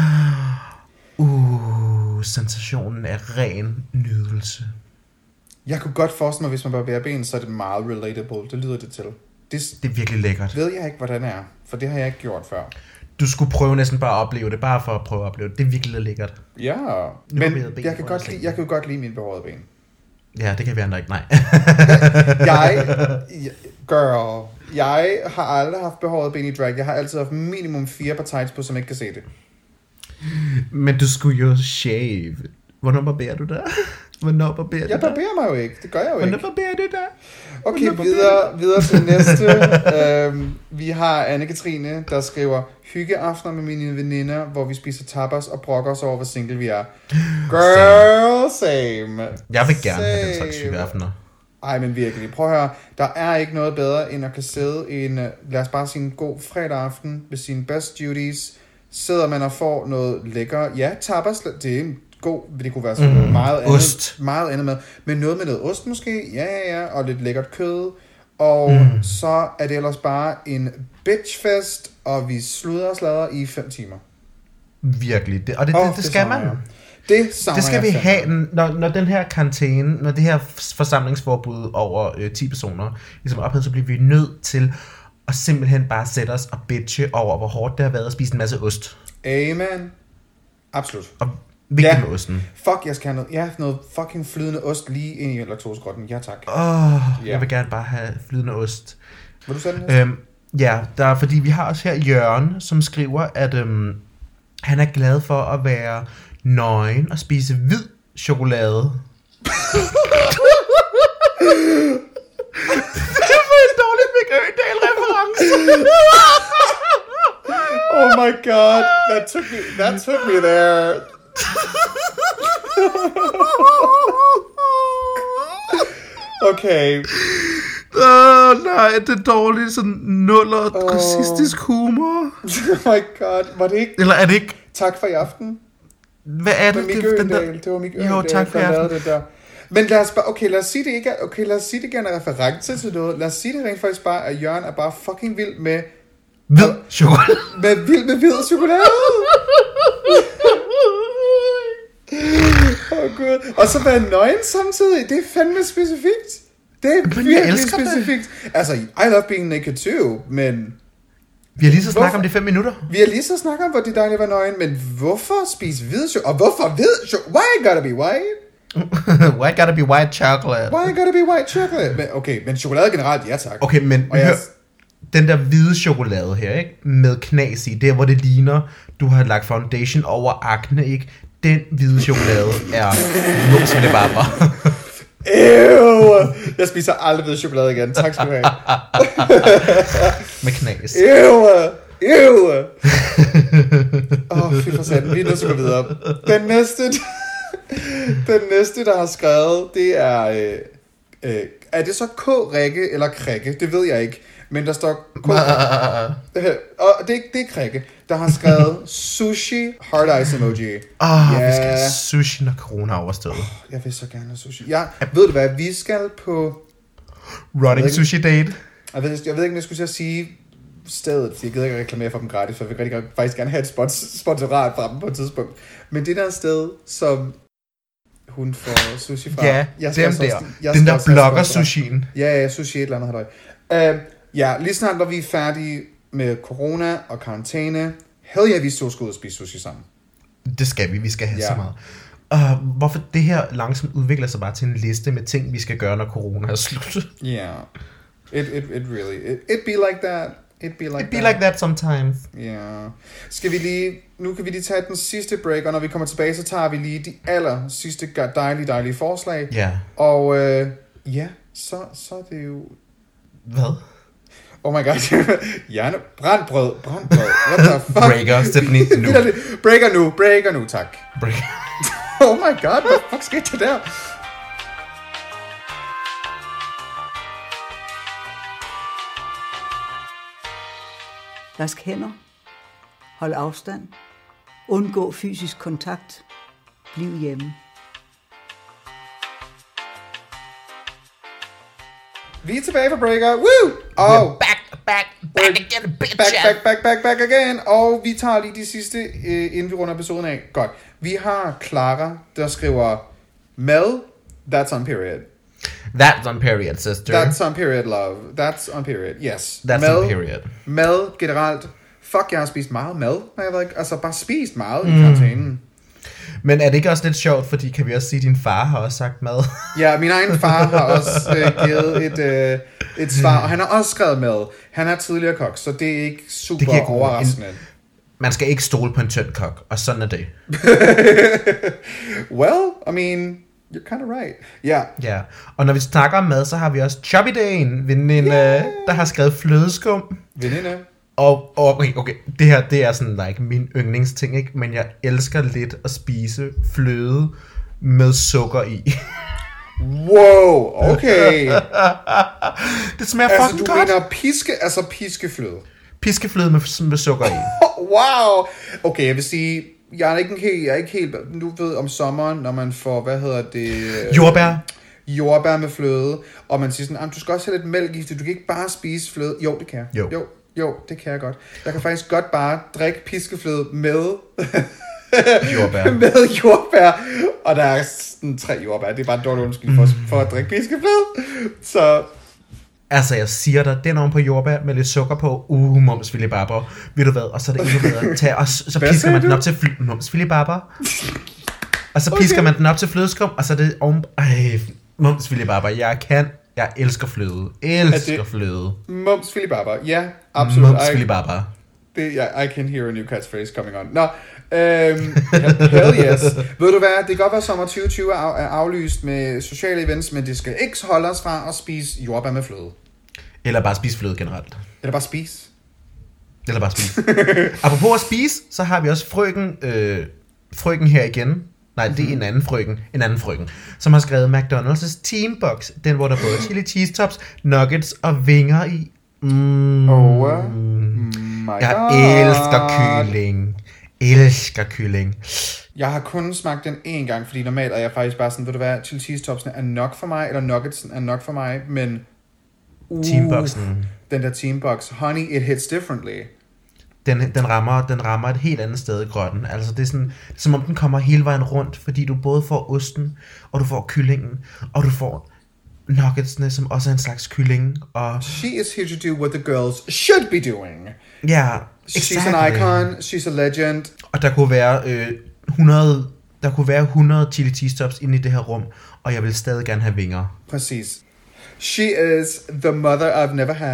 uh, sensationen af ren nydelse. Jeg kunne godt forestille mig, hvis man barberer ben, så er det meget relatable. Det lyder det til. Det, det er virkelig lækkert. Ved jeg ikke, hvordan det er, for det har jeg ikke gjort før. Du skulle prøve næsten bare at opleve det, bare for at prøve at opleve det. Det er virkelig lækkert. Ja, men jeg kan, godt lide, jeg kan godt lide mine behårede ben. Ja, det kan vi andre ikke, nej. jeg, girl, jeg har aldrig haft behårede ben i drag. Jeg har altid haft minimum fire par tights på, som ikke kan se det. Men du skulle jo shave. Hvornår barberer du der? Hvornår barberer du Jeg barberer mig jo ikke. Det gør jeg jo Hvornår ikke. Hvornår barberer du der? Okay, videre, videre til næste. øhm, vi har Anne-Katrine, der skriver hyggeaftener med mine veninder, hvor vi spiser tapas og brokker os over, hvor single vi er. Girl, same. Jeg vil gerne same. have den slags hyggeaftener. Ej, men virkelig. Prøv at høre. Der er ikke noget bedre, end at kan sidde i en, lad os bare sige en god fredag aften med sine best duties. Sidder man og får noget lækker, ja, tapas, det er en god, det kunne være sådan mm, meget andet, ost. meget andet med, men noget med noget ost måske, ja, ja, ja, og lidt lækkert kød, og mm. så er det ellers bare en bitchfest, og vi sluder og slader i fem timer. Virkelig, det, og det, oh, det, det, det skal man. Jeg. Det, det skal vi have, når, når den her karantæne, når det her forsamlingsforbud over øh, ti personer ligesom ophævet, så bliver vi nødt til at simpelthen bare sætte os og bitche over, hvor hårdt det har været at spise en masse ost. Amen. Absolut. Og vigtigt ja. med osten. Fuck, jeg skal have noget, ja, noget fucking flydende ost lige ind i laktosegrotten. Ja, tak. Åh, oh, ja. Jeg vil gerne bare have flydende ost. Vil du sætte den her? Øhm, ja, der er, fordi vi har også her Jørgen, som skriver, at øhm, han er glad for at være nøgen og spise hvid chokolade. Det var en dårlig Mick Øgendal-reference. Oh my god, that took me, that took me there. Okay. Åh oh, nej, det er dårligt, sådan nuller oh. racistisk humor. Oh my god, var det ikke? Eller er det ikke? Tak for i aften. Hvad er det? Det, det, den der... det var Mick Øgendal, jo, tak for i aften. Det der. Men lad os bare, okay, lad os sige det ikke, okay, lad os sige det gerne er reference til noget. Lad os sige det rent faktisk bare, at Jørgen er bare fucking vild med hvid chokolade. Med vild med hvid chokolade. Åh oh, gud. Og så være nøgen samtidig, det er fandme specifikt. Det er men virkelig specifikt. Det. Altså, I love being naked too, men... Vi har lige så snakket om det fem minutter. Vi har lige så snakket om, hvor det dejligt var nøgen, men hvorfor spise hvid chokolade? Og hvorfor hvid chokolade? Why gotta be white? Why gotta be white chocolate? Why gotta be white chocolate? Men, okay, men chokolade generelt, ja tak. Okay, men og jeg... den der hvide chokolade her, ikke? Med knas i, der hvor det ligner, du har lagt foundation over akne, ikke? Den hvide chokolade er mums filet Barbara. Ew! Jeg spiser aldrig hvid chokolade igen. Tak skal du have. Med knas. Ew! Ew! Åh, oh, fy for satan. Vi er nødt til at gå videre. Den næste, den næste, der har skrevet, det er... Øh, øh, er det så K-Rikke eller Krikke? Det ved jeg ikke. Men der står K... Og det, det er Krikke, der har skrevet sushi heart ice emoji. Åh, oh, yeah. Vi skal have sushi, når corona er overstået. Oh, jeg vil så gerne have sushi. Jeg, ved du hvad, vi skal på... Running sushi date. Jeg ved, jeg ved ikke, om jeg skulle til at sige stedet, for jeg gider ikke at reklamere for dem gratis, for jeg vil rigtig gerne, faktisk gerne have et spons- sponsorat fra dem på et tidspunkt. Men det der sted, som hun får sushi fra... Ja, jeg dem der. Jeg den der blogger-sushien. Ja, ja, sushi et eller andet halløj. Uh, ja, lige snart når vi er færdige med corona og karantæne, havde jeg vist, at vi skulle ud og spise sushi sammen. Det skal vi, vi skal have ja. så meget. Uh, hvorfor det her langsomt udvikler sig bare til en liste med ting, vi skal gøre, når corona er slut? Ja, yeah. it, it, it really, it, it be like that. It be like It be that. like that sometimes. Ja. Yeah. Skal vi lige, nu kan vi lige tage den sidste break, og når vi kommer tilbage, så tager vi lige de aller sidste dejlige, dejlige forslag. Ja. Yeah. Og øh, ja, så, så er det jo... Hvad? Oh my god. Hjerne, brandbrød, brandbrød. What the fuck? Breaker, Stephanie, nu. Breaker nu, breaker nu, tak. Breaker. Oh my god, hvad fuck skete der der? Vask hænder. Hold afstand. Undgå fysisk kontakt. Bliv hjemme. Vi er tilbage fra breaker. Woo! Og back, back, back again, bitch. Back, back, back, back, back again. Og vi tager lige de sidste, øh, inden vi runder episoden af. Godt. Vi har Clara, der skriver, Mel, that's on period. That's on period, sister. That's on period, love. That's on period, yes. That's Mel, on period. Mel, generelt. Fuck, jeg har spist meget mel. Jeg har altså bare spist meget mm. i karantænen. Men er det ikke også lidt sjovt, fordi kan vi også sige, at din far har også sagt mad? Ja, min egen far har også øh, givet et, øh, et svar, og han har også skrevet mad. Han er tidligere kok, så det er ikke super det overraskende. En, man skal ikke stole på en tynd kok, og sådan er det. Well, I mean, you're kind of right. Ja. Yeah. Ja, og når vi snakker om mad, så har vi også Chubby Dane, veninde, yeah. der har skrevet flødeskum. Veninde. Og okay, okay, det her, det er sådan like min yndlingsting, ikke? Men jeg elsker lidt at spise fløde med sukker i. Wow, okay. Det smager altså, fucking godt. godt. Altså, du mener piske, altså piskefløde? Piskefløde med, med sukker i. Wow. Okay, jeg vil sige, jeg er ikke helt, jeg er ikke helt, nu ved om sommeren, når man får, hvad hedder det? Jordbær. Jordbær med fløde, og man siger sådan, du skal også have lidt mælk i, du kan ikke bare spise fløde. Jo, det kan jeg. Jo. jo. Jo, det kan jeg godt. Jeg kan faktisk godt bare drikke piskefløde med jordbær. med jordbær. Og der er sådan tre jordbær. Det er bare en dårlig undskyld for, for at drikke piskefløde. Så... Altså, jeg siger dig, den oven på jordbær med lidt sukker på. Uh, mums filet Barbara. Ved du hvad? Og så er det endnu bedre. Tag, og så hvad pisker man du? den op til fly- mums filet Barbara. Og så pisker okay. man den op til flødeskum, og så er det oven... Ej, mums filet Barbara. Jeg kan... Jeg elsker fløde. Elsker fløde. Mums filet Barbara. Ja, absolut. Mums filet Barbara. Det, yeah, I can hear a new catchphrase coming on. Nå, um, hell yes. Ved du hvad, det kan godt være, sommer tyve tyve er aflyst med sociale events, men det skal ikke holde os fra at spise jordbær med fløde. Eller bare spise fløde generelt. Eller bare spise. Eller bare spise. Apropos at spise, så har vi også frøken, øh, frøken her igen. Nej, det er en anden frøken, en anden frøken, som har skrevet McDonald's Teambox, den hvor der både chili cheese tops, nuggets og vinger i. Mm. Oh my Jeg God. elsker kylling. Elsker kylling. Jeg har kun smagt den én gang, fordi normalt er jeg faktisk bare sådan, ved du hvad, chili cheese topsene er nok for mig, eller nuggetsen er nok for mig, men uh, Teamboxen. Den der Teambox, honey, it hits differently. Den, den, rammer, den rammer et helt andet sted i grøtten. Altså det er sådan, det er, som om den kommer hele vejen rundt, fordi du både får osten, og du får kyllingen, og du får nuggetsene, som også er en slags kylling. Og she is here to do what the girls should be doing. Ja, yeah, exactly. She's an icon, she's a legend. Og der kunne være øh, hundrede, der kunne være hundrede chili cheese tops inde i det her rum, og jeg vil stadig gerne have vinger. Præcis. She is the mother I've never had.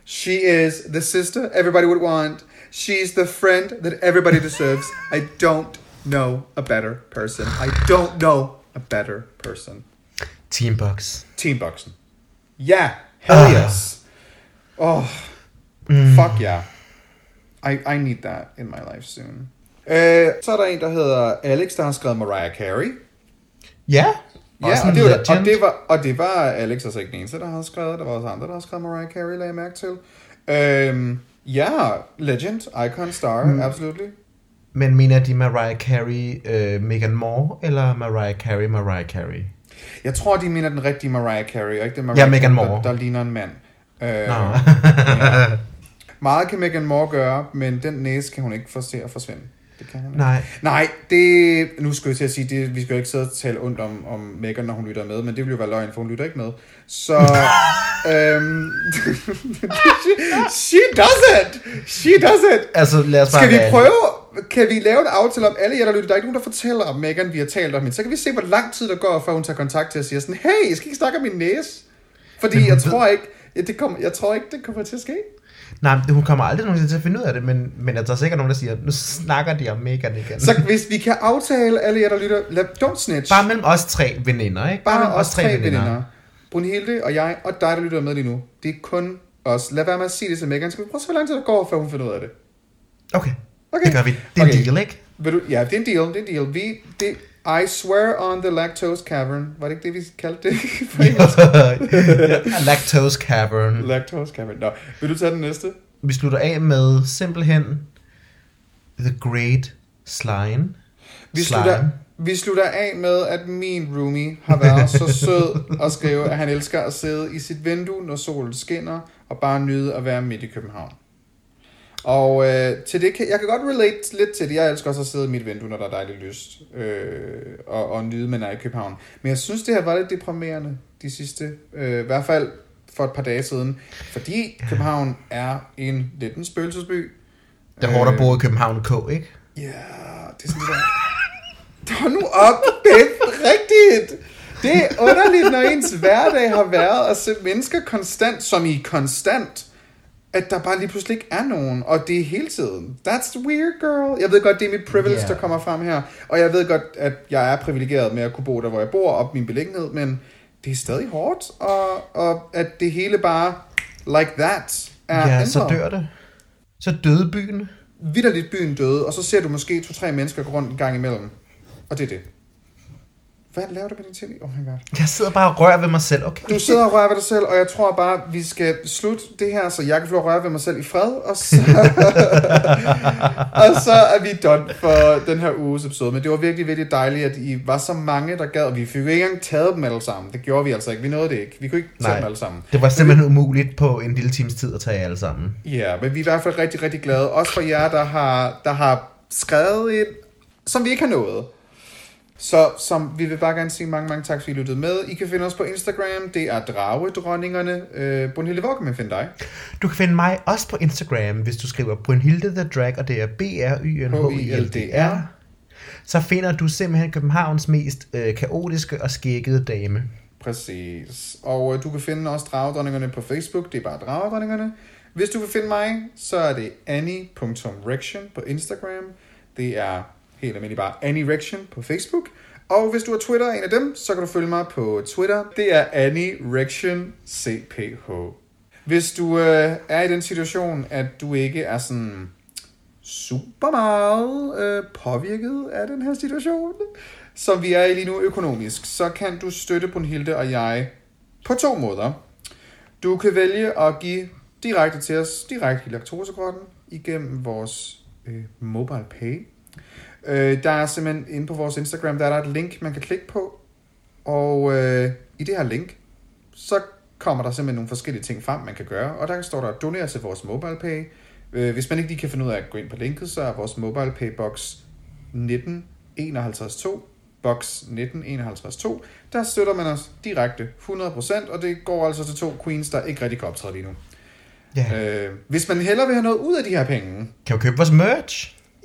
She is the sister everybody would want. She's the friend that everybody deserves. I don't know a better person. I don't know a better person. Team Bucks. Team Bucksen. Ja, yeah, hell yes. Oh, mm. fuck yeah. I, I need that in my life soon. Uh, så er der en, der hedder Alex, der har skrevet Mariah Carey. Ja, ja og, det var, og, det var, og det var Alex altså ikke den eneste, der har skrevet. Der var også andre, der har skrevet Mariah Carey, lagde jeg mærke til. Um, ja, yeah, legend, icon, star, mm. absolutely. Men mener de Mariah Carey, uh, Meghan Moore, eller Mariah Carey, Mariah Carey? Jeg tror, de mener den rigtige Mariah Carey, og ikke den Mariah ja, Meghan Moore. Der, der ligner en mand. Uh, no. ja. Meget kan Meghan Moore gøre, men den næse kan hun ikke få til at forsvinde. Det kan hun ikke. Nej. Nej, det... Nu skal jeg til at sige, det, vi skal jo ikke sidde og tale ondt om, om Meghan, når hun lytter med, men det vil jo være løgn, for hun lytter ikke med. Så... øhm, she, she does it! She does it! Altså, lad os bare skal vi prøve... Kan vi lave en aftale om alle jer, der lytter? Der er ikke nogen, der fortæller om Meghan, vi har talt om hende. Så kan vi se, hvor lang tid der går, før hun tager kontakt til at sige sådan, hey, jeg skal ikke snakke om min næse. Fordi jeg tror ikke... Ja, det kommer, jeg tror ikke, det kommer til at ske. Nej, hun kommer aldrig nogensinde til at finde ud af det, men, men der er sikkert nogen, der siger, nu snakker de om Meghan igen. Så hvis vi kan aftale alle jer, der lytter, lad, don't snitch. Bare mellem os tre veninder, ikke? Bare, Bare mellem os tre, tre veninder. veninder. Brunhilde og jeg, og dig, der lytter med lige nu. Det er kun os. Lad være med at sige det til Meghan. Skal vi prøve at se, hvor lang tid der går, før hun finder ud af det? Okay, okay. Det gør vi. Det er okay. En deal, ikke? Vil du, ja, det er en deal, det er en deal. Vi, det, I swear on the lactose cavern. Var det ikke det, vi kaldte det? ja, lactose cavern. Lactose cavern. Nå, vil du tage den næste? Vi slutter af med simpelthen The Great Slime. Vi slutter, vi slutter af med, at min roomie har været så sød at skrive, at han elsker at sidde i sit vindue, når solen skinner, og bare nyde at være midt i København. Og øh, til det kan, jeg kan godt relate lidt til det. Jeg elsker også at sidde i mit vindue, når der er dejligt lyst, øh, og, og nyde, man er i København. Men jeg synes, det her var lidt deprimerende, de sidste, øh, i hvert fald for et par dage siden. Fordi København er en lidt en spøgelsesby. Det er hårdt at bo i København K, ikke? Ja, yeah, det er sådan der. Der nu op, det er rigtigt. Det er underligt, når ens hverdag har været at se mennesker konstant, som i konstant, at der bare lige pludselig ikke er nogen, og det er hele tiden. That's weird, girl. Jeg ved godt, det er mit privilege, yeah. der kommer frem her, og jeg ved godt, at jeg er privilegeret med at kunne bo der, hvor jeg bor, op min beliggenhed, men det er stadig hårdt, og, og at det hele bare, like that, er ja, ændret. Så dør det. Så døde byen. Vitterligt byen døde, og så ser du måske to-tre mennesker gå rundt en gang imellem, og det er det. Hvad laver du med din T V? Oh my god. Jeg sidder bare og rører ved mig selv, okay? Du sidder og rører ved dig selv, og jeg tror bare, vi skal slutte det her, så jeg kan få at røre ved mig selv i fred, og så, og så er vi done for den her uges episode. Men det var virkelig, virkelig dejligt, at I var så mange, der gad, og vi fik jo ikke engang taget dem alle sammen. Det gjorde vi altså ikke. Vi nåede det ikke. Vi kunne ikke tage Nej, dem alle sammen. Det var simpelthen men, umuligt på en lille times tid at tage alle sammen. Ja, men vi er i hvert fald rigtig, rigtig glade. Også for jer, der har, der har skrevet et, som vi ikke har nået. Så som vi vil bare gerne sige mange, mange tak, fordi I lyttede med. I kan finde os på Instagram. Det er Dragedronningerne. Øh, Brunhilde, hvor kan man finde dig? Du kan finde mig også på Instagram, hvis du skriver Brunhilde the Drag, og det er B R Y N H I L D R. Så finder du simpelthen Københavns mest øh, kaotiske og skækkede dame. Præcis. Og øh, du kan finde også Dragedronningerne på Facebook. Det er bare Dragedronningerne. Hvis du vil finde mig, så er det annie punktum rection på Instagram. Det er helt almindelig bare Annie Rection på Facebook. Og hvis du har Twitter, en af dem, så kan du følge mig på Twitter. Det er Annie Rection C P H. Hvis du øh, er i den situation, at du ikke er sådan super meget øh, påvirket af den her situation, som vi er i lige nu økonomisk, så kan du støtte Brunhilde og jeg på to måder. Du kan vælge at give direkte til os, direkte i laktosegrotten, igennem vores øh, mobile pay. Øh, der er simpelthen inde på vores Instagram, der er der et link, man kan klikke på, og øh, i det her link, så kommer der simpelthen nogle forskellige ting frem, man kan gøre, og der står der donere til vores MobilePay. Øh, hvis man ikke lige kan finde ud af at gå ind på linket, så er vores MobilePay box nitten enoghalvtreds to, box nitten enoghalvtreds to, der støtter man os direkte hundrede procent, og det går altså til to queens, der ikke rigtig kan optræde lige nu. Yeah. Øh, hvis man hellere vil have noget ud af de her penge, kan du købe vores merch? Ja,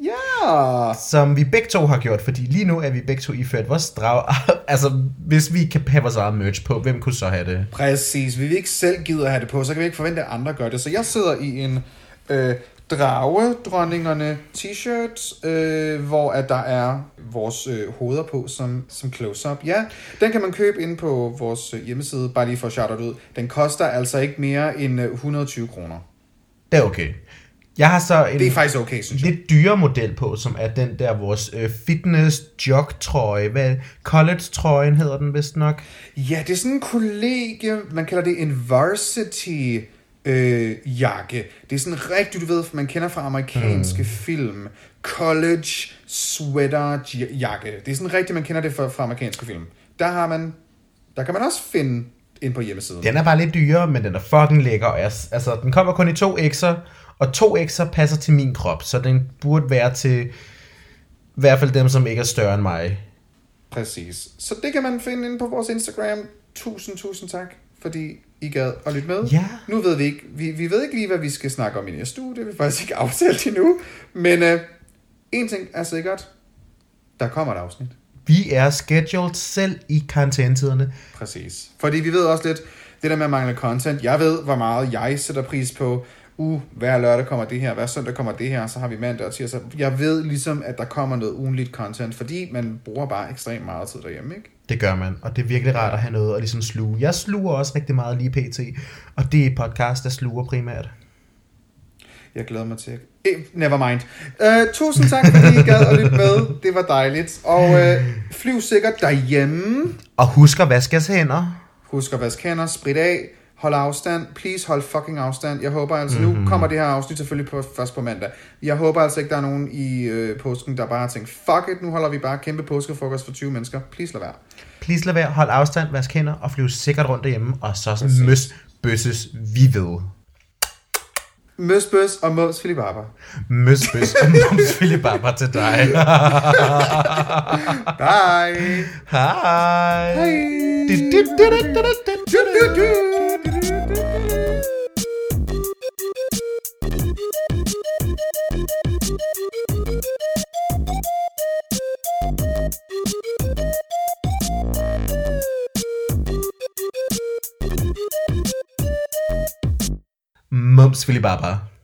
som vi begge to har gjort, fordi lige nu er vi begge to iført vores drag. Altså, hvis vi kan have vores eget merch på, hvem kunne så have det? Præcis, vi vil ikke selv gide at have det på, så kan vi ikke forvente, at andre gør det. Så jeg sidder i en øh, dragedronningerne t-shirt, øh, hvor at der er vores øh, hoveder på som, som close-up. Ja, den kan man købe inde på vores øh, hjemmeside, bare lige for at shout ud. Den koster altså ikke mere end øh, et hundrede og tyve kroner. Det er okay. Jeg har så en det er faktisk okay, synes jeg. lidt dyre model på, som er den der vores øh, fitness jog-trøje. Hvad college-trøjen hedder den vist nok? Ja, det er sådan en kollegie, man kalder det en varsity øh, jakke. Det er sådan rigtig, du ved, man kender fra amerikanske mm. film. College sweater jakke. Det er sådan rigtig, man kender det fra, fra amerikanske film. Der har man, der kan man også finde ind på hjemmesiden. Den er bare lidt dyrere, men den er fucking lækker. Altså, den kommer kun i to X'er. Og to X'er passer til min krop, så den burde være til i hvert fald dem, som ikke er større end mig. Præcis. Så det kan man finde inde på vores Instagram. Tusind, tusind tak, fordi I gad at lytte med. Ja. Nu ved vi ikke, vi, vi ved ikke lige, hvad vi skal snakke om i næste uge. Det er vi faktisk ikke aftalt endnu. Men øh, en ting er sikkert, der kommer et afsnit. Vi er scheduled selv i karantænetiderne. Præcis. Fordi vi ved også lidt, det der med at mangle content. Jeg ved, hvor meget jeg sætter pris på. Uh, hver lørdag kommer det her, hver søndag kommer det her, så har vi mandag og tirsdag. Jeg ved ligesom, at der kommer noget ugenligt content, fordi man bruger bare ekstremt meget tid derhjemme, ikke? Det gør man, og det er virkelig rart at have noget at ligesom sluge. Jeg sluger også rigtig meget lige pt, og det er podcast, der sluger primært. Jeg glæder mig til. Eh, never mind. Uh, tusind tak, fordi I gad at lytte med. Det var dejligt. Og uh, flyv sikkert derhjemme. Og husk at vaske jeres hænder. Husk at vaske hænder, sprit af. Hold afstand. Please hold fucking afstand. Jeg håber altså, mm-hmm. nu kommer det her afsnit selvfølgelig på, først på mandag. Jeg håber altså ikke, der er nogen i øh, påsken, der bare har tænkt, fuck it, nu holder vi bare kæmpe påskefrokost for tyve mennesker. Please lad være. Please lad være. Hold afstand, vask hænder og flyv sikkert rundt derhjemme. Og så møs bøsses vi ved. Møs bøs og mums filibaba. Møs bøs og mums filibaba til dig. Bye. Hej. Hej. Mums filibaba.